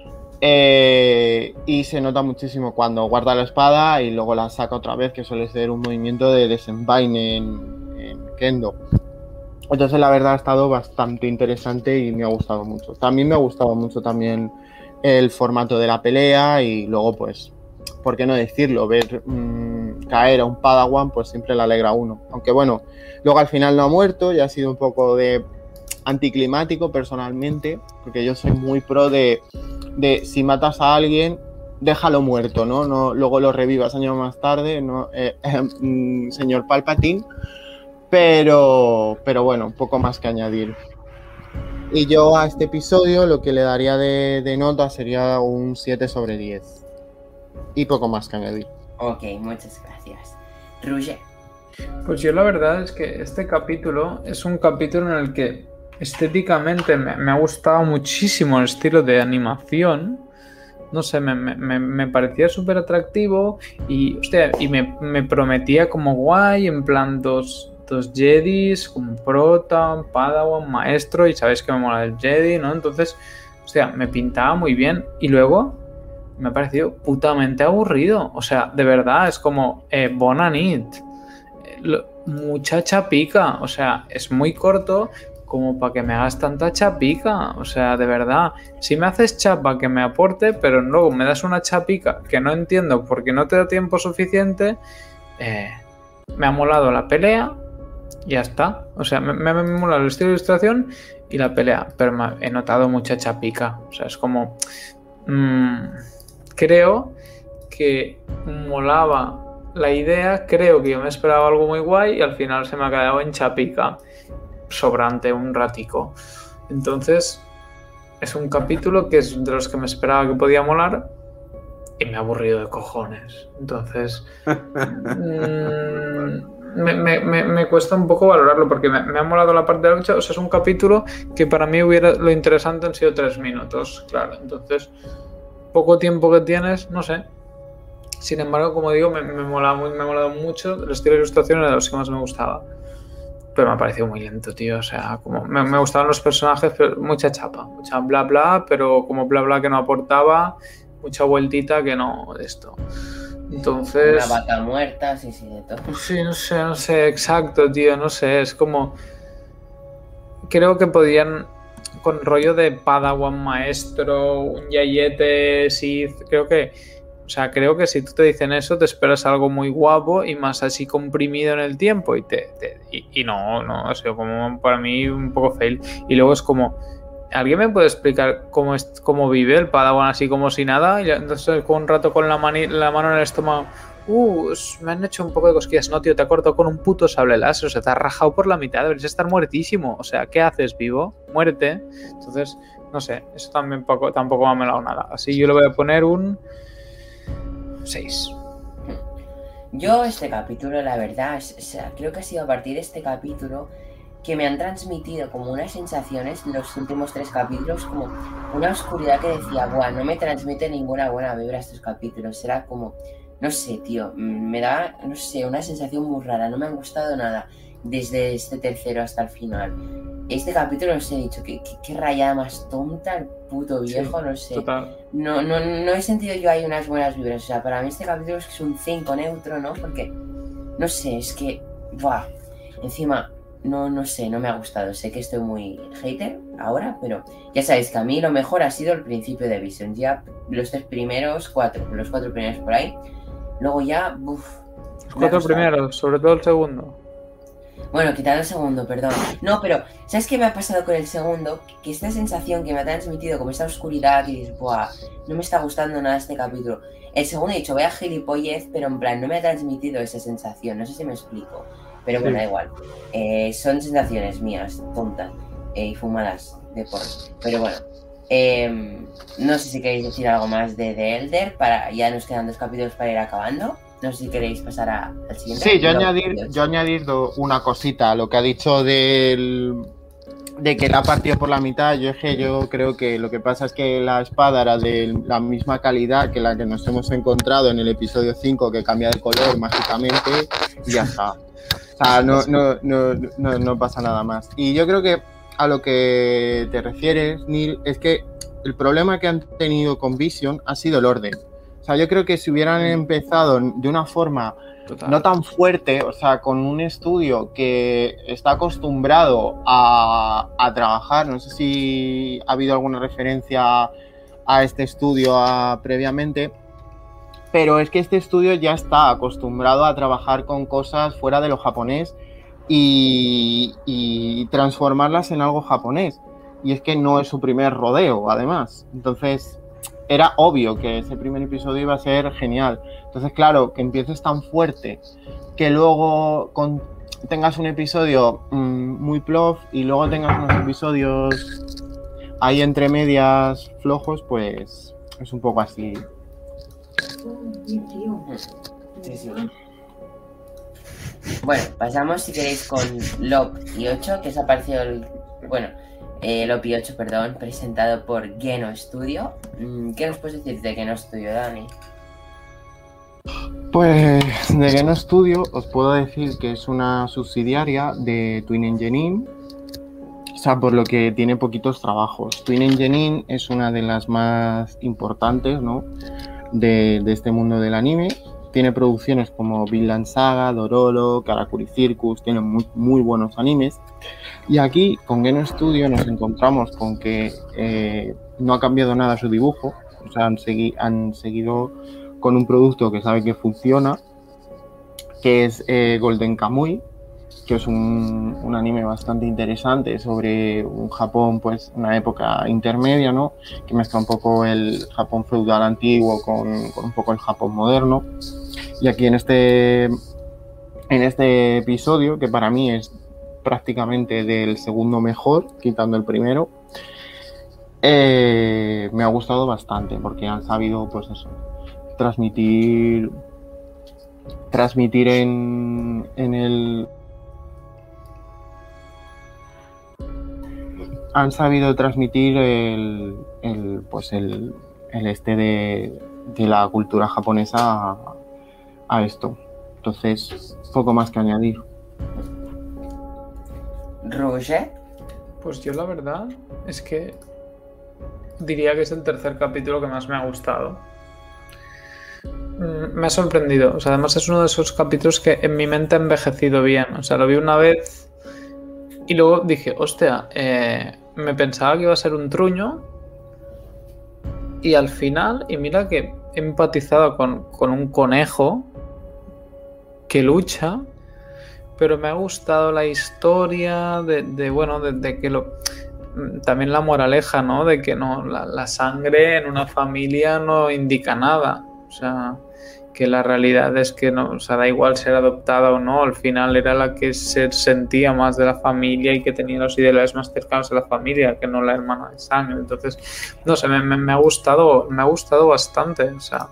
Y se nota muchísimo cuando guarda la espada y luego la saca otra vez, que suele ser un movimiento de desenvaine en Kendo. Entonces la verdad ha estado bastante interesante y me ha gustado mucho. También me ha gustado mucho también el formato de la pelea y luego pues, ¿por qué no decirlo? Ver caer a un Padawan pues siempre le alegra a uno. Aunque bueno, luego al final no ha muerto y ha sido un poco de anticlimático personalmente, porque yo soy muy pro de si matas a alguien, déjalo muerto, ¿no? No luego lo revivas años más tarde, ¿no? Señor Palpatine, pero bueno, poco más que añadir. Y yo a este episodio lo que le daría de nota sería un 7/10. Y poco más que añadir. Ok, muchas gracias. Roger. Pues yo la verdad es que este capítulo es un capítulo en el que estéticamente me ha gustado muchísimo el estilo de animación. No sé, me parecía súper atractivo y, hostia, y me prometía como guay, en plan dos Jedis, un prota, un padawan, maestro, y sabéis que me mola el Jedi, ¿no? Entonces, o sea, me pintaba muy bien. Y luego me ha parecido putamente aburrido. O sea, de verdad, es como bona nit. Mucha chapica. O sea, es muy corto como para que me hagas tanta chapica. O sea, de verdad, si me haces chapa que me aporte, pero luego me das una chapica que no entiendo porque no te da tiempo suficiente, me ha molado la pelea. Ya está, o sea, me ha molado el estilo de ilustración y la pelea, pero he notado mucha chapica, o sea, es como creo que molaba la idea, creo que yo me esperaba algo muy guay y al final se me ha quedado en chapica sobrante un ratico. Entonces es un capítulo que es de los que me esperaba que podía molar y me ha aburrido de cojones. Entonces me cuesta un poco valorarlo porque me ha molado la parte de la lucha. O sea, es un capítulo que para mí lo interesante han sido 3 minutos, claro. Entonces, poco tiempo que tienes, no sé. Sin embargo, como digo, me ha molado mucho. El estilo de ilustración era de los que más me gustaba. Pero me ha parecido muy lento, tío. O sea, como me gustaban los personajes, pero mucha chapa, mucha bla bla, pero como bla bla que no aportaba, mucha vueltita que no de esto. Entonces... Una vaca muerta, sí, de todo. Sí, no sé, exacto, tío, no sé, es como... Creo que podían, con rollo de Padawan maestro, un yayete, Sith, creo que si tú te dicen eso, te esperas algo muy guapo y más así comprimido en el tiempo y no, o sea, como para mí un poco fail. Y luego es como... ¿Alguien me puede explicar cómo vive el Padawan así como si nada? Y entonces con un rato con la mano en el estómago. Me han hecho un poco de cosquillas. No, tío, te ha cortado con un puto sable láser. O sea, te has rajado por la mitad. Deberías estar muertísimo. O sea, ¿qué haces, vivo? Muérete. Entonces, no sé. Eso tampoco me ha melado nada. Así yo le voy a poner un 6. Yo este capítulo, la verdad, o sea, creo que ha sido a partir de este capítulo que me han transmitido como unas sensaciones los últimos 3 capítulos, como una oscuridad que decía, buah, no me transmite ninguna buena vibra estos capítulos. Era como, no sé, tío, me da, no sé, una sensación muy rara, no me han gustado nada desde este tercero hasta el final. Este capítulo os he dicho, qué rayada más tonta el puto viejo, sí, no sé. Total. No he sentido yo ahí unas buenas vibras, o sea, para mí este capítulo es un 5 neutro, ¿no? Porque, no sé, es que, buah, encima... No sé, no me ha gustado. Sé que estoy muy hater ahora, pero ya sabéis que a mí lo mejor ha sido el principio de Vision. Ya los 4 primeros por ahí. Luego ya, Los 4 primeros, sobre todo el segundo. Bueno, quitando el segundo, perdón. No, pero ¿sabes qué me ha pasado con el segundo? Que esta sensación que me ha transmitido, como esta oscuridad, que dices, buah, no me está gustando nada este capítulo. El segundo he dicho, vaya gilipollez, pero en plan, no me ha transmitido esa sensación. No sé si me explico. Pero bueno, da igual. Son sensaciones mías, tontas y fumadas de porro. Pero bueno, no sé si queréis decir algo más de The Elder. Ya nos quedan 2 capítulos para ir acabando. No sé si queréis pasar al siguiente. Sí, yo añadir una cosita a lo que ha dicho de que la partido por la mitad. Yo creo que lo que pasa es que la espada era de la misma calidad que la que nos hemos encontrado en el episodio 5, que cambia de color mágicamente y ya está. O sea, no pasa nada más. Y yo creo que a lo que te refieres, Neil, es que el problema que han tenido con Vision ha sido el orden. O sea, yo creo que si hubieran empezado de una forma no tan fuerte, o sea, con un estudio que está acostumbrado a trabajar, no sé si ha habido alguna referencia a este estudio previamente, pero es que este estudio ya está acostumbrado a trabajar con cosas fuera de lo japonés y transformarlas en algo japonés. Y es que no es su primer rodeo, además. Entonces, era obvio que ese primer episodio iba a ser genial. Entonces, claro, que empieces tan fuerte, que luego tengas un episodio muy plof y luego tengas unos episodios ahí entre medias flojos, pues es un poco así. Sí, sí. Bueno, pasamos si queréis con Lop y 8, que os ha parecido Lop y 8, perdón, presentado por Geno Studio. ¿Qué nos puedes decir de Geno Studio, Dani? Pues de Geno Studio os puedo decir que es una subsidiaria de Twin Engine, o sea, por lo que tiene poquitos trabajos. Twin Engine es una de las más importantes, ¿no?, de este mundo del anime. Tiene producciones como Vinland Saga, Dororo, Karakuri Circus, tiene muy buenos animes. Y aquí con Geno Studio nos encontramos con que no ha cambiado nada su dibujo, o sea, han seguido con un producto que sabe que funciona, que es Golden Kamuy, que es un anime bastante interesante sobre un Japón, pues una época intermedia, ¿no?, que mezcla un poco el Japón feudal antiguo con un poco el Japón moderno. Y aquí en este episodio, que para mí es prácticamente del segundo mejor, quitando el primero, me ha gustado bastante, porque han sabido, pues eso, transmitir en el... Han sabido transmitir el este de la cultura japonesa a esto. Entonces, poco más que añadir. ¿Roger? Pues yo la verdad es que diría que es el tercer capítulo que más me ha gustado. Me ha sorprendido. O sea, además es uno de esos capítulos que en mi mente ha envejecido bien. O sea, lo vi una vez y luego dije, hostia, me pensaba que iba a ser un truño y al final, y mira que he empatizado con un conejo que lucha, pero me ha gustado la historia de que también la moraleja, ¿no?, de que no la sangre en una familia no indica nada, o sea, que la realidad es que no, o sea, da igual ser adoptada o no, al final era la que se sentía más de la familia y que tenía los ideales más cercanos a la familia que no la hermana de sangre. Entonces, no sé, me ha gustado bastante, o sea,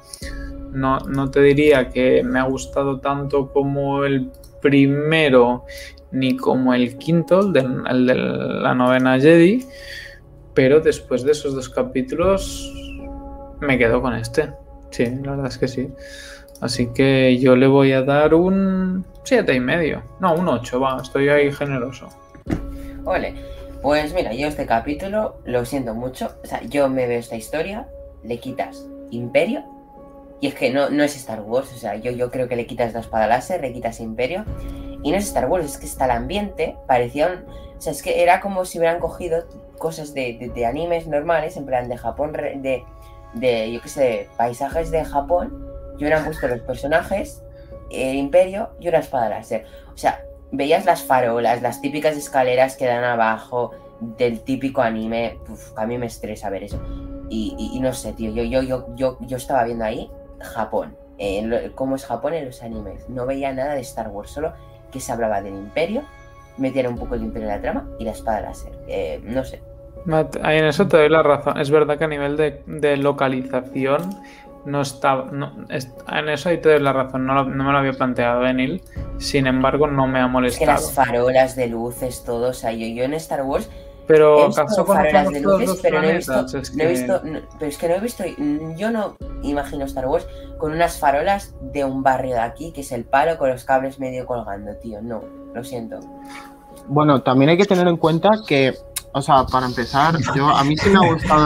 no te diría que me ha gustado tanto como el primero ni como el quinto, el de la novena Jedi, pero después de esos dos capítulos me quedo con este. Sí, la verdad es que sí. Así que yo le voy a dar un 7,5. No, un 8, va, estoy ahí generoso. Ole, pues mira, yo este capítulo lo siento mucho. O sea, yo me veo esta historia, le quitas Imperio, y es que no es Star Wars. O sea, yo creo que le quitas la espada láser, le quitas Imperio, y no es Star Wars, es que está el ambiente, parecía o sea, es que era como si hubieran cogido cosas de animes normales, en plan de Japón, de yo qué sé, paisajes de Japón, y hubieran puesto los personajes, el Imperio y una espada láser. O sea, veías las farolas, las típicas escaleras que dan abajo del típico anime. A mí me estresa ver eso. Y no sé, tío, yo estaba viendo ahí Japón, cómo es Japón en los animes. No veía nada de Star Wars, solo que se hablaba del Imperio, metían un poco el Imperio en la trama y la espada láser. No sé. Ahí en eso te doy la razón. Es verdad que a nivel de localización no está... en eso ahí te doy la razón. No me lo había planteado, Neil. Sin embargo, no me ha molestado. Es que las farolas de luces, todo, o sea, yo en Star Wars... Pero he visto farolas de luces, pero no he visto... Pero es que no he visto... Yo no imagino Star Wars con unas farolas de un barrio de aquí, que es el palo con los cables medio colgando, tío. No, lo siento. Bueno, también hay que tener en cuenta que, o sea, para empezar, a mí sí me ha gustado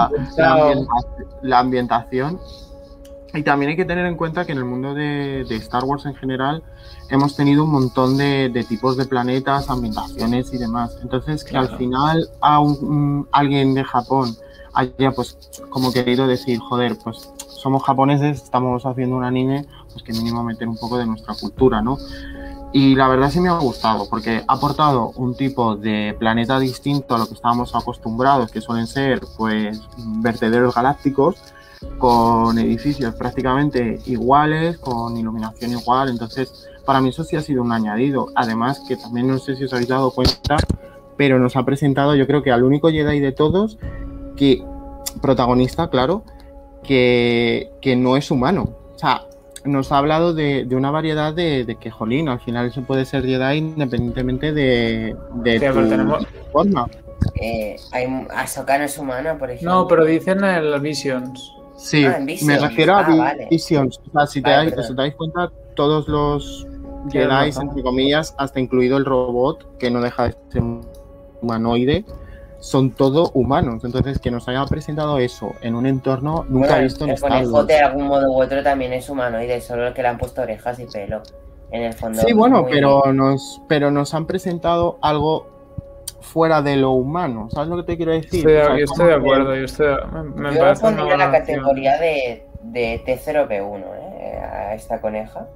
la ambientación, y también hay que tener en cuenta que en el mundo de Star Wars en general hemos tenido un montón de tipos de planetas, ambientaciones y demás. Entonces, que al final alguien de Japón haya pues como querido decir, joder, pues somos japoneses, estamos haciendo un anime, pues que mínimo meter un poco de nuestra cultura, ¿no? Y la verdad sí me ha gustado, porque ha aportado un tipo de planeta distinto a lo que estábamos acostumbrados, que suelen ser pues vertederos galácticos, con edificios prácticamente iguales, con iluminación igual. Entonces, para mí eso sí ha sido un añadido. Además, que también no sé si os habéis dado cuenta, pero nos ha presentado, yo creo que al único Jedi de todos, que protagonista, claro, que no es humano. O sea, nos ha hablado de una variedad de que, jolín, al final eso puede ser Jedi independientemente de tu forma. Ahsoka no es humana, por ejemplo. No, pero dicen en el Visions. Sí, Visions. me refiero a vale. Visions. O sea, si te dais cuenta, todos los Jedi, entre comillas, hasta incluido el robot, que no deja de ser un humanoide, son todo humanos. Entonces, que nos haya presentado eso en un entorno nunca visto en Star Wars. El conejo de algún modo u otro también es humanoide, solo que le han puesto orejas y pelo. En el fondo. Sí, bueno, pero nos han presentado algo fuera de lo humano. ¿Sabes lo que te quiero decir? Yo estoy de acuerdo. Me parece pondría la categoría de T0B1, a esta coneja.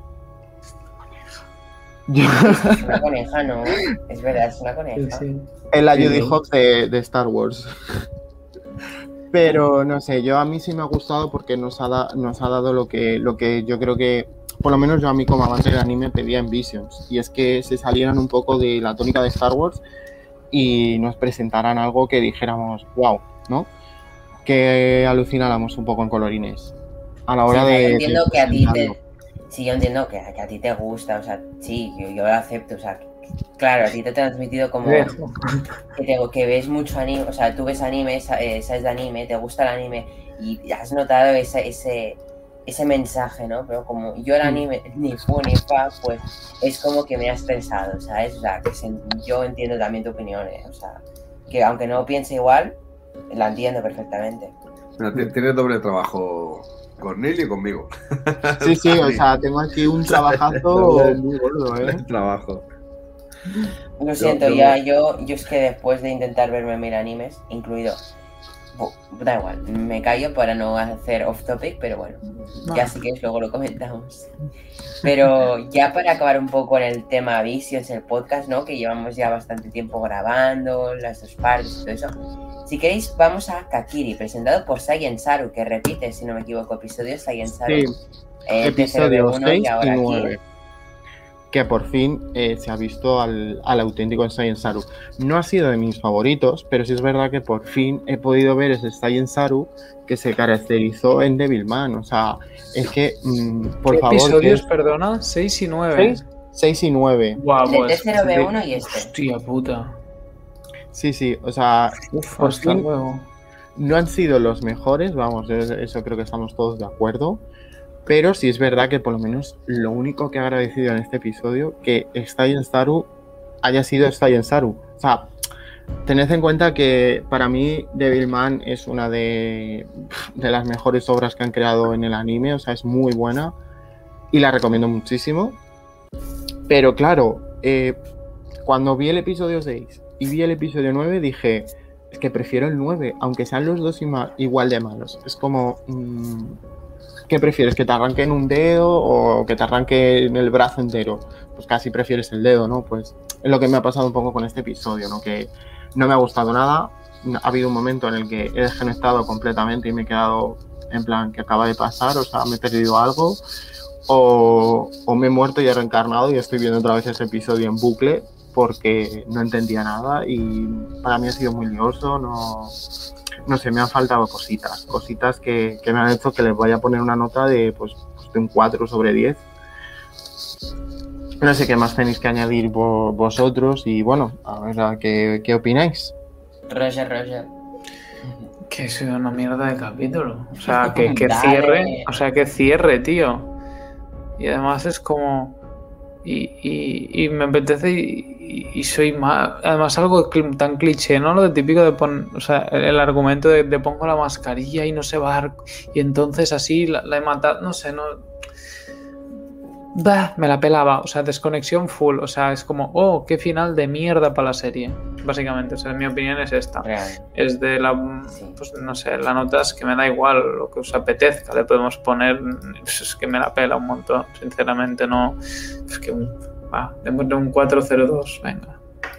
Es una coneja, ¿no? Es verdad, es una coneja. Sí. Es la Judy Hopps de Star Wars. Pero no sé, a mí sí me ha gustado porque nos ha dado lo que yo creo que, por lo menos yo a mí como amante de anime pedía en Visions. Y es que se salieran un poco de la tónica de Star Wars y nos presentaran algo que dijéramos, wow, ¿no? Que alucináramos un poco en colorines. A la hora de... Entiendo que a ti sí, yo entiendo que a ti te gusta, o sea, sí, yo lo acepto, o sea, claro, a ti te ha transmitido como que ves mucho anime, o sea, tú ves anime, sabes de anime, te gusta el anime y has notado ese mensaje, ¿no? Pero como yo el anime ni fu ni fa, pues es como que me ha estresado, ¿sabes? O sea, que yo entiendo también tu opinión, o sea, que aunque no piense igual, la entiendo perfectamente. Tienes doble trabajo con Neil y conmigo. Sí, o sea, tengo aquí un trabajazo muy gordo, Trabajo. Lo siento, yo es que después de intentar verme 1000 animes, incluido, da igual, me callo para no hacer off topic, pero bueno, ya sí que luego lo comentamos. Pero ya para acabar un poco en el tema Visions, el podcast, ¿no? Que llevamos ya bastante tiempo grabando, las dos partes y todo eso. Si queréis, vamos a Kakiri, presentado por Saiyan Saru, que repite, si no me equivoco, episodio Saiyan Saru. Sí, episodio 6 y ahora 9. Que por fin se ha visto al auténtico Saiyan Saru. No ha sido de mis favoritos, pero sí es verdad que por fin he podido ver ese Saiyan Saru que se caracterizó en Devilman. O sea, es que, por favor... ¿Qué episodios, perdona? 6 y 9. 6 y 9. Guau, pues, el T0B1 y este. Hostia puta. Sí, o sea... hasta luego. No han sido los mejores, vamos, eso creo que estamos todos de acuerdo. Pero sí es verdad que por lo menos lo único que he agradecido en este episodio que Saiyan Saru haya sido Saiyan Saru. O sea, tened en cuenta que para mí Devilman es una de las mejores obras que han creado en el anime. O sea, es muy buena y la recomiendo muchísimo. Pero claro, cuando vi el episodio 6 y vi el episodio 9 dije, es que prefiero el 9, aunque sean los dos igual de malos. Es como... ¿qué prefieres? ¿Que te arranquen un dedo o que te arranquen el brazo entero? Pues casi prefieres el dedo, ¿no? Pues es lo que me ha pasado un poco con este episodio, ¿no? Que no me ha gustado nada. Ha habido un momento en el que he desconectado completamente y me he quedado en plan, ¿qué acaba de pasar? O sea, me he perdido algo o me he muerto y he reencarnado y estoy viendo otra vez ese episodio en bucle porque no entendía nada y para mí ha sido muy lioso, no sé, me han faltado cositas que me han hecho que les vaya a poner una nota de un 4 sobre 10. No sé qué más tenéis que añadir vosotros y bueno, a ver qué opináis. Roger. Que es una mierda de capítulo. O sea, que cierre. O sea, que cierre, tío. Y además es como... Y me apetece y soy más... Además algo tan cliché, ¿no? Lo de típico de poner... O sea, el argumento de pongo la mascarilla y no se va... Y entonces así la he matado... No sé, no... Bah, me la pelaba. O sea, desconexión full. O sea, es como... Oh, qué final de mierda para la serie. Básicamente, o sea, mi opinión es esta. Real. Es de la... Pues no sé, la nota es que me da igual lo que os apetezca. Le podemos poner... Es que me la pela un montón. Sinceramente, no... Es que va, démosle un 4.02, venga.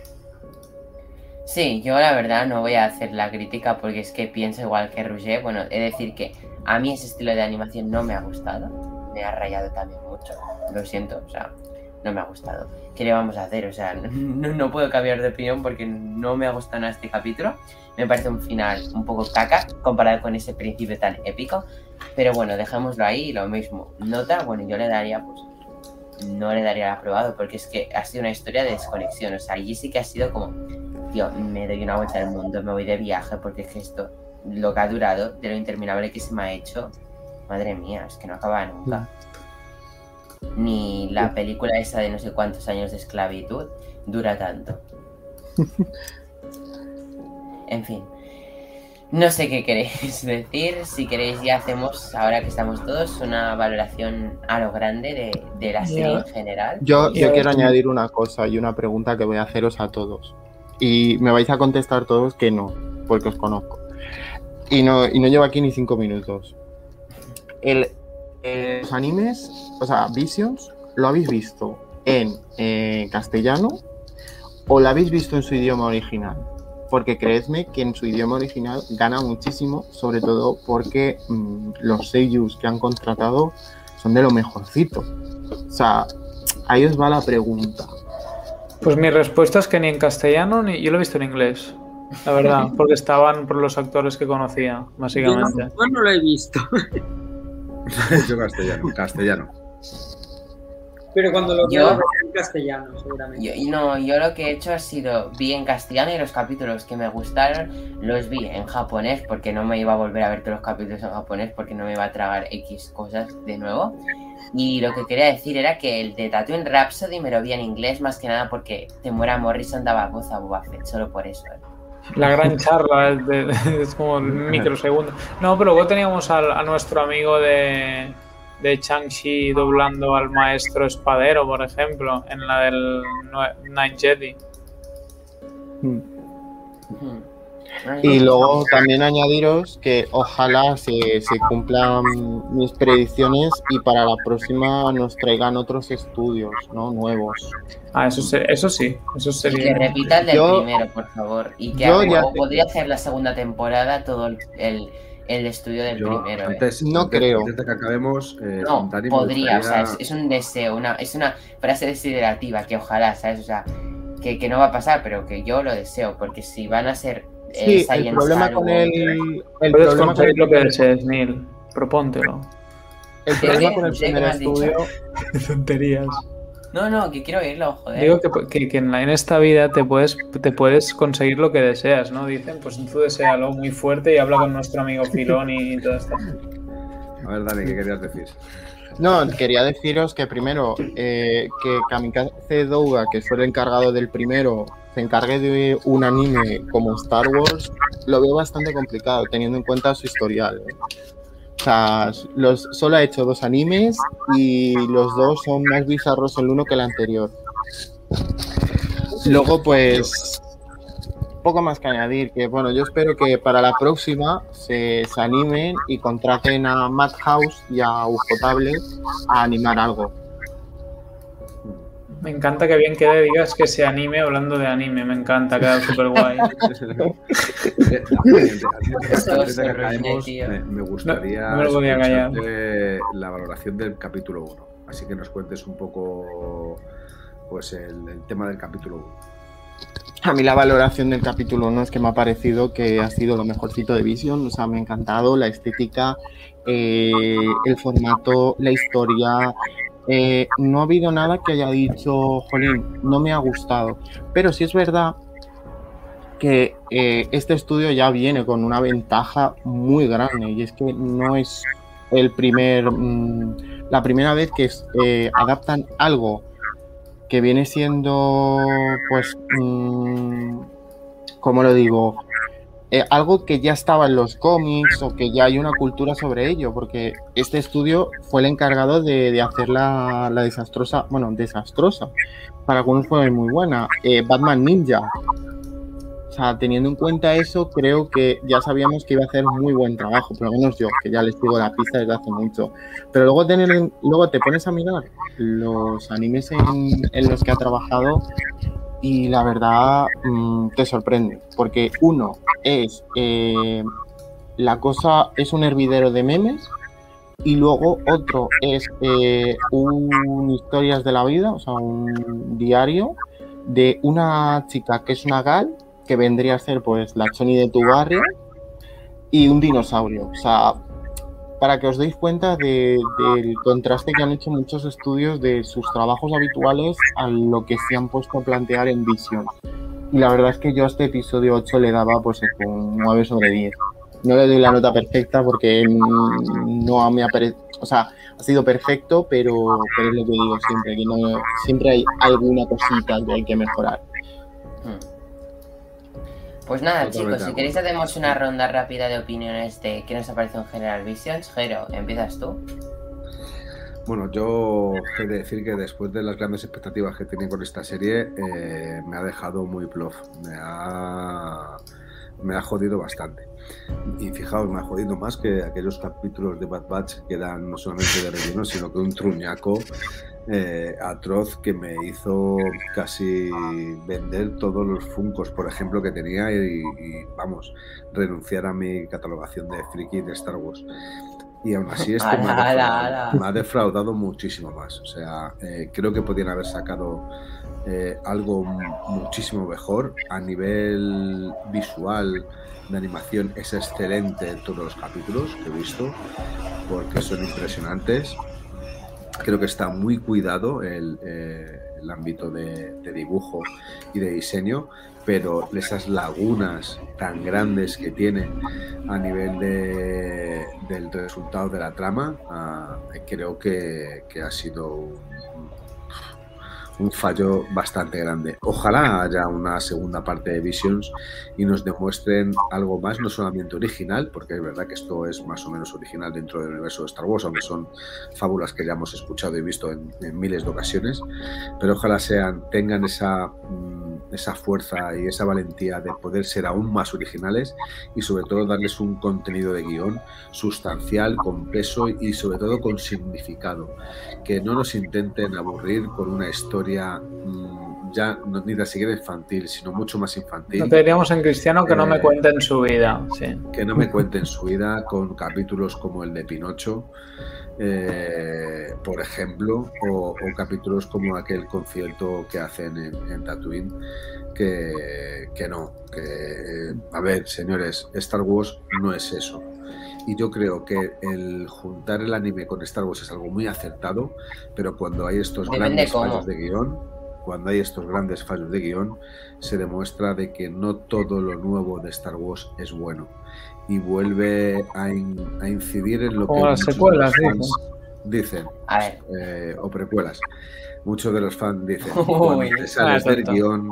Sí, yo la verdad no voy a hacer la crítica porque es que pienso igual que Roger. Bueno, he de decir que a mí ese estilo de animación no me ha gustado. Me ha rayado también mucho. Lo siento, o sea, no me ha gustado. ¿Qué le vamos a hacer? O sea, no puedo cambiar de opinión porque no me ha gustado nada este capítulo. Me parece un final un poco caca comparado con ese principio tan épico. Pero bueno, dejémoslo ahí, lo mismo. Nota, bueno, yo le daría, pues, no le daría el aprobado porque es que ha sido una historia de desconexión. O sea, allí sí que ha sido como, tío, me doy una vuelta al mundo, me voy de viaje porque es que esto, lo que ha durado, de lo interminable que se me ha hecho, madre mía, es que no acaba nunca. Ni la película esa de no sé cuántos años de esclavitud dura tanto. En fin. No sé qué queréis decir. Si queréis ya hacemos, ahora que estamos todos, una valoración a lo grande de la serie en general. Yo quiero añadir una cosa y una pregunta que voy a haceros a todos. Y me vais a contestar todos que no, porque os conozco. Y no llevo aquí ni 5 minutos. Los animes, o sea, Visions, ¿lo habéis visto en castellano o lo habéis visto en su idioma original? Porque creedme que en su idioma original gana muchísimo, sobre todo porque los seiyus que han contratado son de lo mejorcito. O sea, ahí os va la pregunta. Pues mi respuesta es que ni en castellano ni yo lo he visto en inglés, la verdad, porque estaban por los actores que conocía, básicamente. Yo no lo he visto. Yo castellano. Pero cuando lo veo en castellano, seguramente. Yo lo que he hecho ha sido, vi en castellano y los capítulos que me gustaron los vi en japonés porque no me iba a volver a ver todos los capítulos en japonés porque no me iba a tragar X cosas de nuevo. Y lo que quería decir era que el de Tatooine Rhapsody me lo vi en inglés más que nada porque Temuera Morrison daba voz a Boba Fett, solo por eso. La gran charla es como el microsegundo. No, pero luego teníamos a nuestro amigo de Shang-Chi doblando al maestro espadero, por ejemplo, en la del Nine Jedi. Y luego también añadiros que ojalá se cumplan mis predicciones y para la próxima nos traigan otros estudios, ¿no? Nuevos. Eso sí, eso sería. Y que repita el del primero, por favor. Y que podría hacer la segunda temporada todo el estudio del primero. Antes de que acabemos, no, podría, o sea, es un deseo, es una frase desiderativa que ojalá, ¿sabes? O sea, que no va a pasar, pero que yo lo deseo, porque si van a ser sí, el problema con puedes conseguir lo que desees, Neil, propóntelo. El problema con el primer estudio... Tonterías. No, que quiero oírlo, joder. Digo que en esta vida te puedes conseguir lo que deseas, ¿no? Dicen, pues tú deséalo muy fuerte y habla con nuestro amigo Filón y todo esto. A ver, Dani, ¿qué querías decir? No, quería deciros que primero, que Kamikaze Douga, que fue el encargado del primero, se encargue de un anime como Star Wars, lo veo bastante complicado, teniendo en cuenta su historial, ¿eh? O sea, solo ha hecho 2 animes y los 2 son más bizarros el uno que el anterior. Luego, pues, poco más que añadir, que bueno, yo espero que para la próxima se animen y contraten a Madhouse y a Ufotable a animar algo. Me encanta que bien quede digas que se anime hablando de anime, me encanta, queda súper guay. Me gustaría la valoración del capítulo 1, así que nos cuentes un poco pues el tema del capítulo 1. A mí la valoración del capítulo 1 es que me ha parecido que ha sido lo mejorcito de Vision, o sea, me ha encantado la estética, el formato, la historia. No ha habido nada que haya dicho, jolín, no me ha gustado, pero sí es verdad que este estudio ya viene con una ventaja muy grande y es que no es la primera vez que adaptan algo que viene siendo, pues, ¿cómo lo digo? Algo que ya estaba en los cómics o que ya hay una cultura sobre ello, porque este estudio fue el encargado de hacer la desastrosa, para algunos fue muy buena, Batman Ninja. O sea, teniendo en cuenta eso, creo que ya sabíamos que iba a hacer muy buen trabajo, por lo menos yo, que ya les sigo la pista desde hace mucho. Pero luego te pones a mirar los animes en los que ha trabajado y la verdad te sorprende, porque uno es la cosa es un hervidero de memes y luego otro es un historias de la vida, o sea, un diario de una chica que es una gal, que vendría a ser pues la Choni de tu barrio, y un dinosaurio. O sea, para que os deis cuenta del contraste que han hecho muchos estudios de sus trabajos habituales a lo que se han puesto a plantear en Vision. Y la verdad es que yo a este episodio 8 le daba pues un 9 sobre 10. No le doy la nota perfecta porque no me ha parecido, o sea, ha sido perfecto, pero es lo que digo siempre, que no, siempre hay alguna cosita que hay que mejorar. Pues nada, chicos, si queréis hacemos una ronda rápida de opiniones de qué nos ha parecido en general Visions. Jero, ¿empiezas tú? Bueno, yo he de decir que después de las grandes expectativas que tenía con esta serie, me ha dejado muy plof. Me ha jodido bastante. Y fijaos, me ha jodido más que aquellos capítulos de Bad Batch que eran no solamente de relleno, sino que un truñaco atroz que me hizo casi vender todos los Funkos, por ejemplo, que tenía y vamos, renunciar a mi catalogación de friki de Star Wars. Y aún así esto me ha defraudado muchísimo más. O sea, creo que podían haber sacado algo muchísimo mejor. A nivel visual, de animación, es excelente todos los capítulos que he visto, porque son impresionantes. Creo que está muy cuidado el ámbito de dibujo y de diseño, pero esas lagunas tan grandes que tiene a nivel del resultado de la trama, creo que ha sido un fallo bastante grande. Ojalá haya una segunda parte de Visions y nos demuestren algo más, no solamente original, porque es verdad que esto es más o menos original dentro del universo de Star Wars, aunque son fábulas que ya hemos escuchado y visto en miles de ocasiones, pero ojalá tengan esa fuerza y esa valentía de poder ser aún más originales y sobre todo darles un contenido de guión sustancial, con peso y sobre todo con significado, que no nos intenten aburrir con una historia ya ni tan siquiera infantil, sino mucho más infantil. No te diríamos en cristiano que no me cuenten su vida. Sí. Que no me cuenten su vida con capítulos como el de Pinocho, por ejemplo, o capítulos como aquel concierto que hacen en Tatooine, que no. A ver, señores, Star Wars no es eso. Y yo creo que el juntar el anime con Star Wars es algo muy acertado, pero cuando hay estos grandes fallos de guión, se demuestra de que no todo lo nuevo de Star Wars es bueno. Y vuelve a incidir en lo que las secuelas, fans dicen, o precuelas. Muchos de los fans dicen, cuando te sales del guión,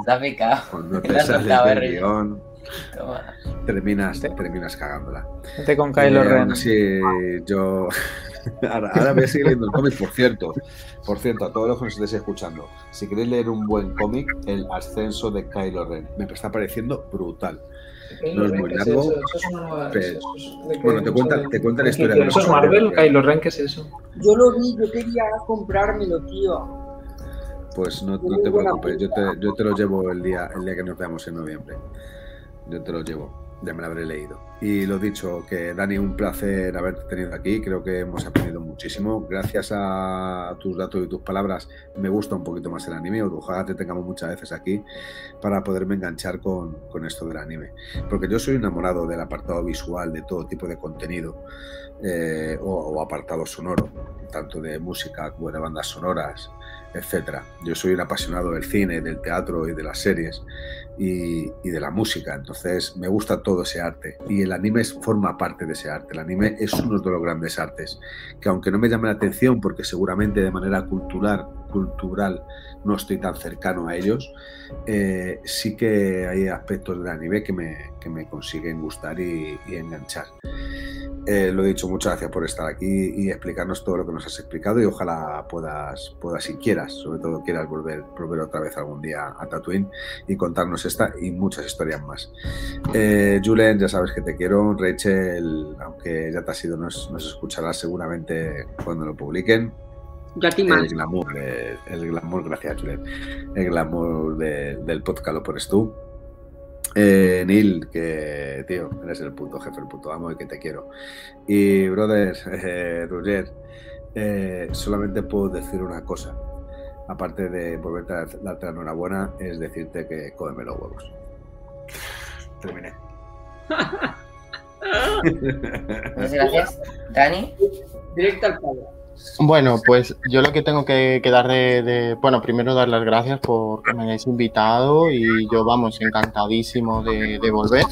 terminas cagándola. Vete con Kylo Ren. Así yo ahora voy a seguir leyendo el cómic, por cierto, a todos los que nos estéis escuchando, si queréis leer un buen cómic, El ascenso de Kylo Ren, me está pareciendo brutal. No es muy largo, pero bueno, te cuenta la historia. ¿Eso es Marvel? ¿Kylo Ren qué es eso? Yo lo vi, yo quería comprármelo, tío. Pues no te preocupes, yo te lo llevo el día que nos veamos en noviembre. Yo te lo llevo, ya me lo habré leído. Y lo dicho, que Dani, un placer haberte tenido aquí, creo que hemos aprendido muchísimo. Gracias a tus datos y tus palabras me gusta un poquito más el anime, ojalá te tengamos muchas veces aquí para poderme enganchar con esto del anime. Porque yo soy enamorado del apartado visual, de todo tipo de contenido, o apartado sonoro, tanto de música como de bandas sonoras, etcétera. Yo soy un apasionado del cine, del teatro y de las series y de la música, entonces me gusta todo ese arte y el anime forma parte de ese arte. El anime es uno de los grandes artes que, aunque no me llame la atención porque seguramente de manera cultural no estoy tan cercano a ellos, sí que hay aspectos del anime que me consiguen gustar y enganchar. lo he dicho, muchas gracias por estar aquí y explicarnos todo lo que nos has explicado y ojalá puedas si quieras, sobre todo quieras volver otra vez algún día a Tatooine y contarnos esta y muchas historias más. Julen, ya sabes que te quiero. Rachel, aunque ya te has ido, nos escucharás seguramente cuando lo publiquen. El glamour, gracias Julen, el glamour del podcast lo pones tú. Neil, que tío, eres el puto jefe, el puto amo y que te quiero. Y brother, Roger, solamente puedo decir una cosa, aparte de volverte a darte la enhorabuena, es decirte que cómeme los huevos. Terminé. Muchas gracias. Dani. Directo al palo. Bueno, pues yo lo que tengo que dar bueno, primero dar las gracias por que me hayáis invitado y yo, vamos, encantadísimo de volver.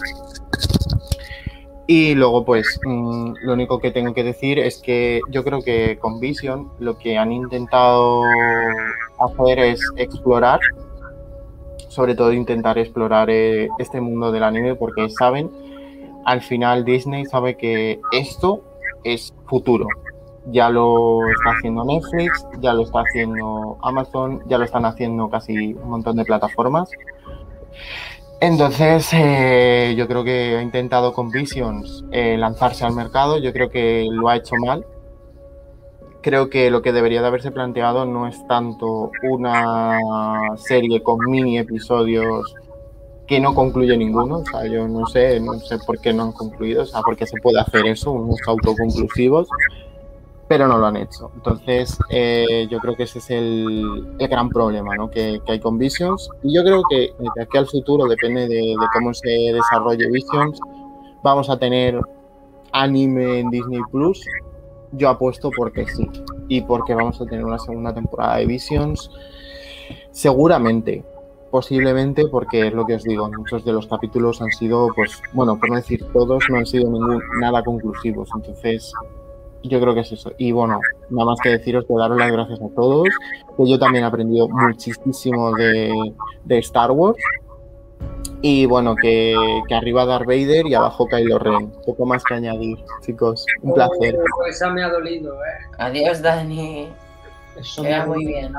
Y luego, pues, lo único que tengo que decir es que yo creo que con Vision lo que han intentado hacer es explorar, sobre todo intentar explorar este mundo del anime, porque saben, al final Disney sabe que esto es futuro. Ya lo está haciendo Netflix, ya lo está haciendo Amazon, ya lo están haciendo casi un montón de plataformas. Entonces, yo creo que ha intentado con Visions lanzarse al mercado. Yo creo que lo ha hecho mal. Creo que lo que debería de haberse planteado no es tanto una serie con mini episodios que no concluye ninguno. O sea, yo no sé por qué no han concluido. O sea, porque se puede hacer eso, unos autoconclusivos, pero no lo han hecho. Entonces, yo creo que ese es el gran problema, ¿no? que hay con Visions. Y yo creo que de aquí al futuro, depende de cómo se desarrolle Visions, vamos a tener anime en Disney Plus. Yo apuesto porque sí. Y porque vamos a tener una segunda temporada de Visions. Seguramente, posiblemente, porque es lo que os digo, muchos de los capítulos han sido, pues, bueno, por no decir todos, no han sido nada conclusivos. Entonces, yo creo que es eso. Y bueno, nada más que deciros que daros las gracias a todos, que yo también he aprendido muchísimo de Star Wars. Y bueno, que arriba Darth Vader y abajo Kylo Ren. Poco más que añadir, chicos. Un placer. Esa me ha dolido, ¿eh? Adiós, Dani. Eso Queda muy bien.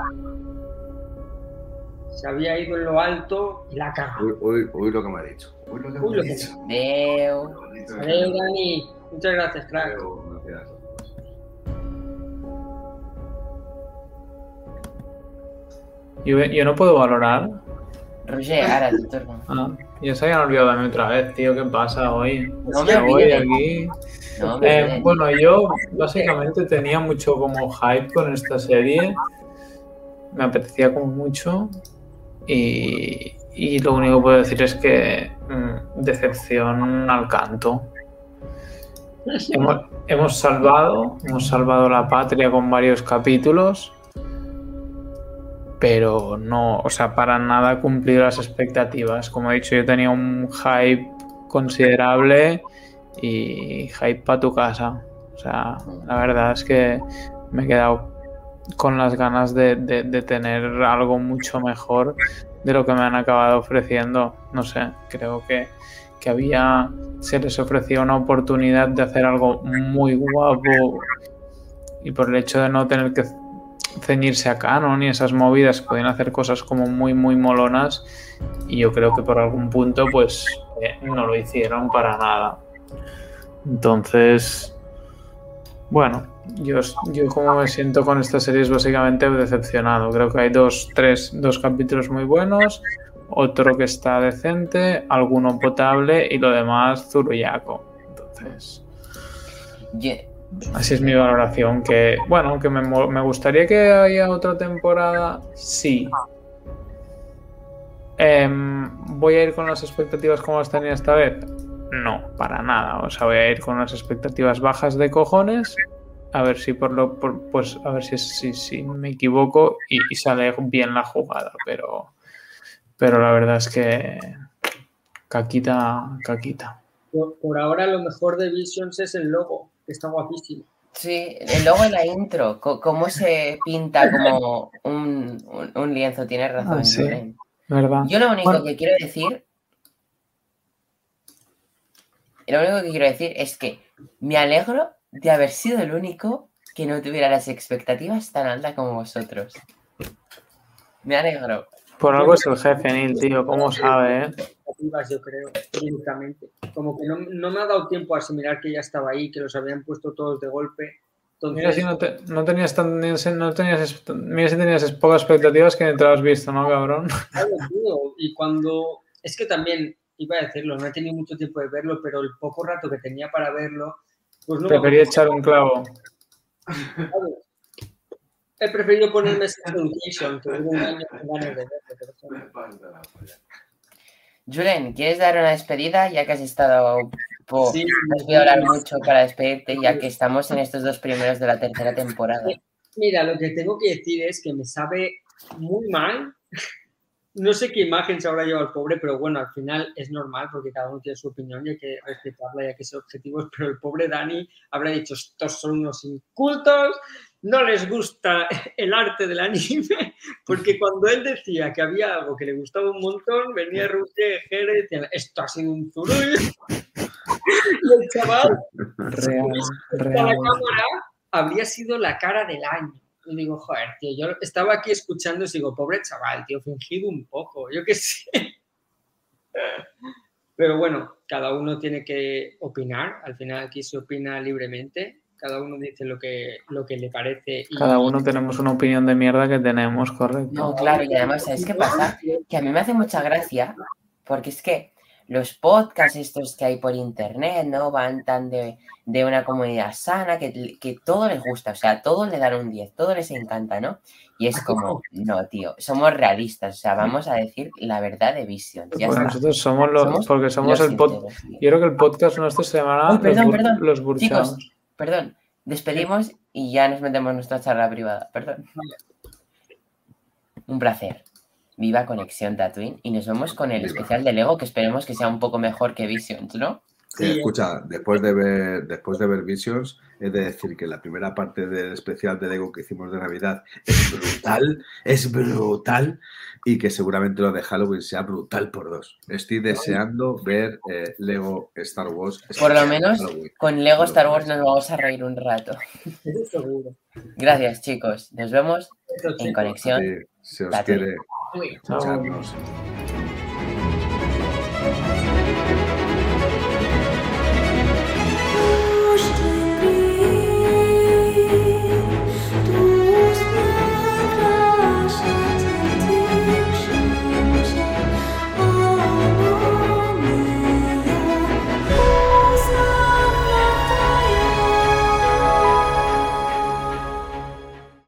Se había ido en lo alto y la cagó. Uy, lo que me ha dicho. Uy, lo que me ha dicho. Adiós, Dani. Muchas gracias, crack. Gracias. Yo no puedo valorar. Roger, ahora tu turno. Ah, ya se habían olvidado de mí otra vez, tío. ¿Qué pasa hoy? No me voy olvides. aquí. No, Bueno, yo básicamente tenía mucho como hype con esta serie. Me apetecía como mucho. Y lo único que puedo decir es que decepción al canto. Hemos salvado la patria con varios capítulos, pero no, o sea, para nada cumplido las expectativas. Como he dicho, yo tenía un hype considerable y hype para tu casa. O sea, la verdad es que me he quedado con las ganas de tener algo mucho mejor de lo que me han acabado ofreciendo. No sé, creo que se les ofrecía una oportunidad de hacer algo muy guapo y por el hecho de no tener que ceñirse a canon y esas movidas, pueden hacer cosas como muy muy molonas, y yo creo que por algún punto pues no lo hicieron para nada. Entonces, bueno, yo como me siento con esta serie es básicamente decepcionado. Creo que hay dos capítulos muy buenos, otro que está decente, alguno potable y lo demás zurullaco. Entonces, así es mi valoración. Que bueno, que me gustaría que haya otra temporada, sí. ¿Voy a ir con las expectativas como las tenía esta vez? No, para nada. O sea, voy a ir con unas expectativas bajas de cojones, a ver si pues a ver si me equivoco y sale bien la jugada, pero la verdad es que caquita. Por ahora lo mejor de Visions es el logo, que está guapísimo. Sí, el logo en la intro, cómo se pinta como un lienzo, tienes razón. Sí, verdad. Yo lo único que quiero decir es que me alegro de haber sido el único que no tuviera las expectativas tan altas como vosotros. Me alegro. Por algo es el jefe, Neil, tío. ¿Cómo sabe, Yo creo, directamente. Como que no me ha dado tiempo a asimilar que ya estaba ahí, que los habían puesto todos de golpe. Entonces... Mira si no tenías pocas expectativas que ni te lo has visto, ¿no, cabrón? Claro, tío. Y cuando... Es que también, iba a decirlo, no he tenido mucho tiempo de verlo, pero el poco rato que tenía para verlo, pues no... Prefería echar un clavo. He preferido ponerme Sex Education, que hubo un año con ganas de verlo. Julen, ¿quieres dar una despedida? Ya que has estado... Sí, has podido hablar mucho para despedirte, ya que estamos en estos 2 primeros de la tercera temporada. Mira, lo que tengo que decir es que me sabe muy mal. No sé qué imagen se habrá llevado el pobre, pero bueno, al final es normal porque cada uno tiene su opinión y hay que respetarla y hay que ser objetivos, pero el pobre Dani habrá dicho, estos son unos incultos, no les gusta el arte del anime, porque cuando él decía que había algo que le gustaba un montón, venía Ruge, Jere y decían, esto ha sido un zurullo. Y el chaval, real. La cámara habría sido la cara del año. Y digo, joder, tío, yo estaba aquí escuchando y digo, pobre chaval, tío, fingido un poco, yo qué sé. Pero bueno, cada uno tiene que opinar, al final aquí se opina libremente, cada uno dice lo que le parece. Y... Cada uno tenemos una opinión de mierda que tenemos, correcto. No, claro, y además, ¿sabes qué pasa? Que a mí me hace mucha gracia, porque es que los podcasts estos que hay por internet, ¿no? Van tan de una comunidad sana que todo les gusta, o sea, todo le dan un 10, todo les encanta, ¿no? Y es como, no, tío, somos realistas, o sea, vamos a decir la verdad de Visions. Ya está. Nosotros somos el podcast. Yo creo que el podcast nuestro se llamará Los Burchados. Chicos, perdón, despedimos y ya nos metemos en nuestra charla privada, perdón. Un placer. Viva Conexión Tatooine y nos vemos con el especial de Lego que esperemos que sea un poco mejor que Visions, ¿no? Escucha, después de ver Visions, he de decir que la primera parte del especial de Lego que hicimos de Navidad es brutal y que seguramente lo de Halloween sea brutal por 2. Estoy deseando ver Lego Star Wars. Por lo menos con Lego Star Wars nos vamos a reír un rato. Gracias, chicos. Nos vemos en Conexión. Si os quiere escucharnos.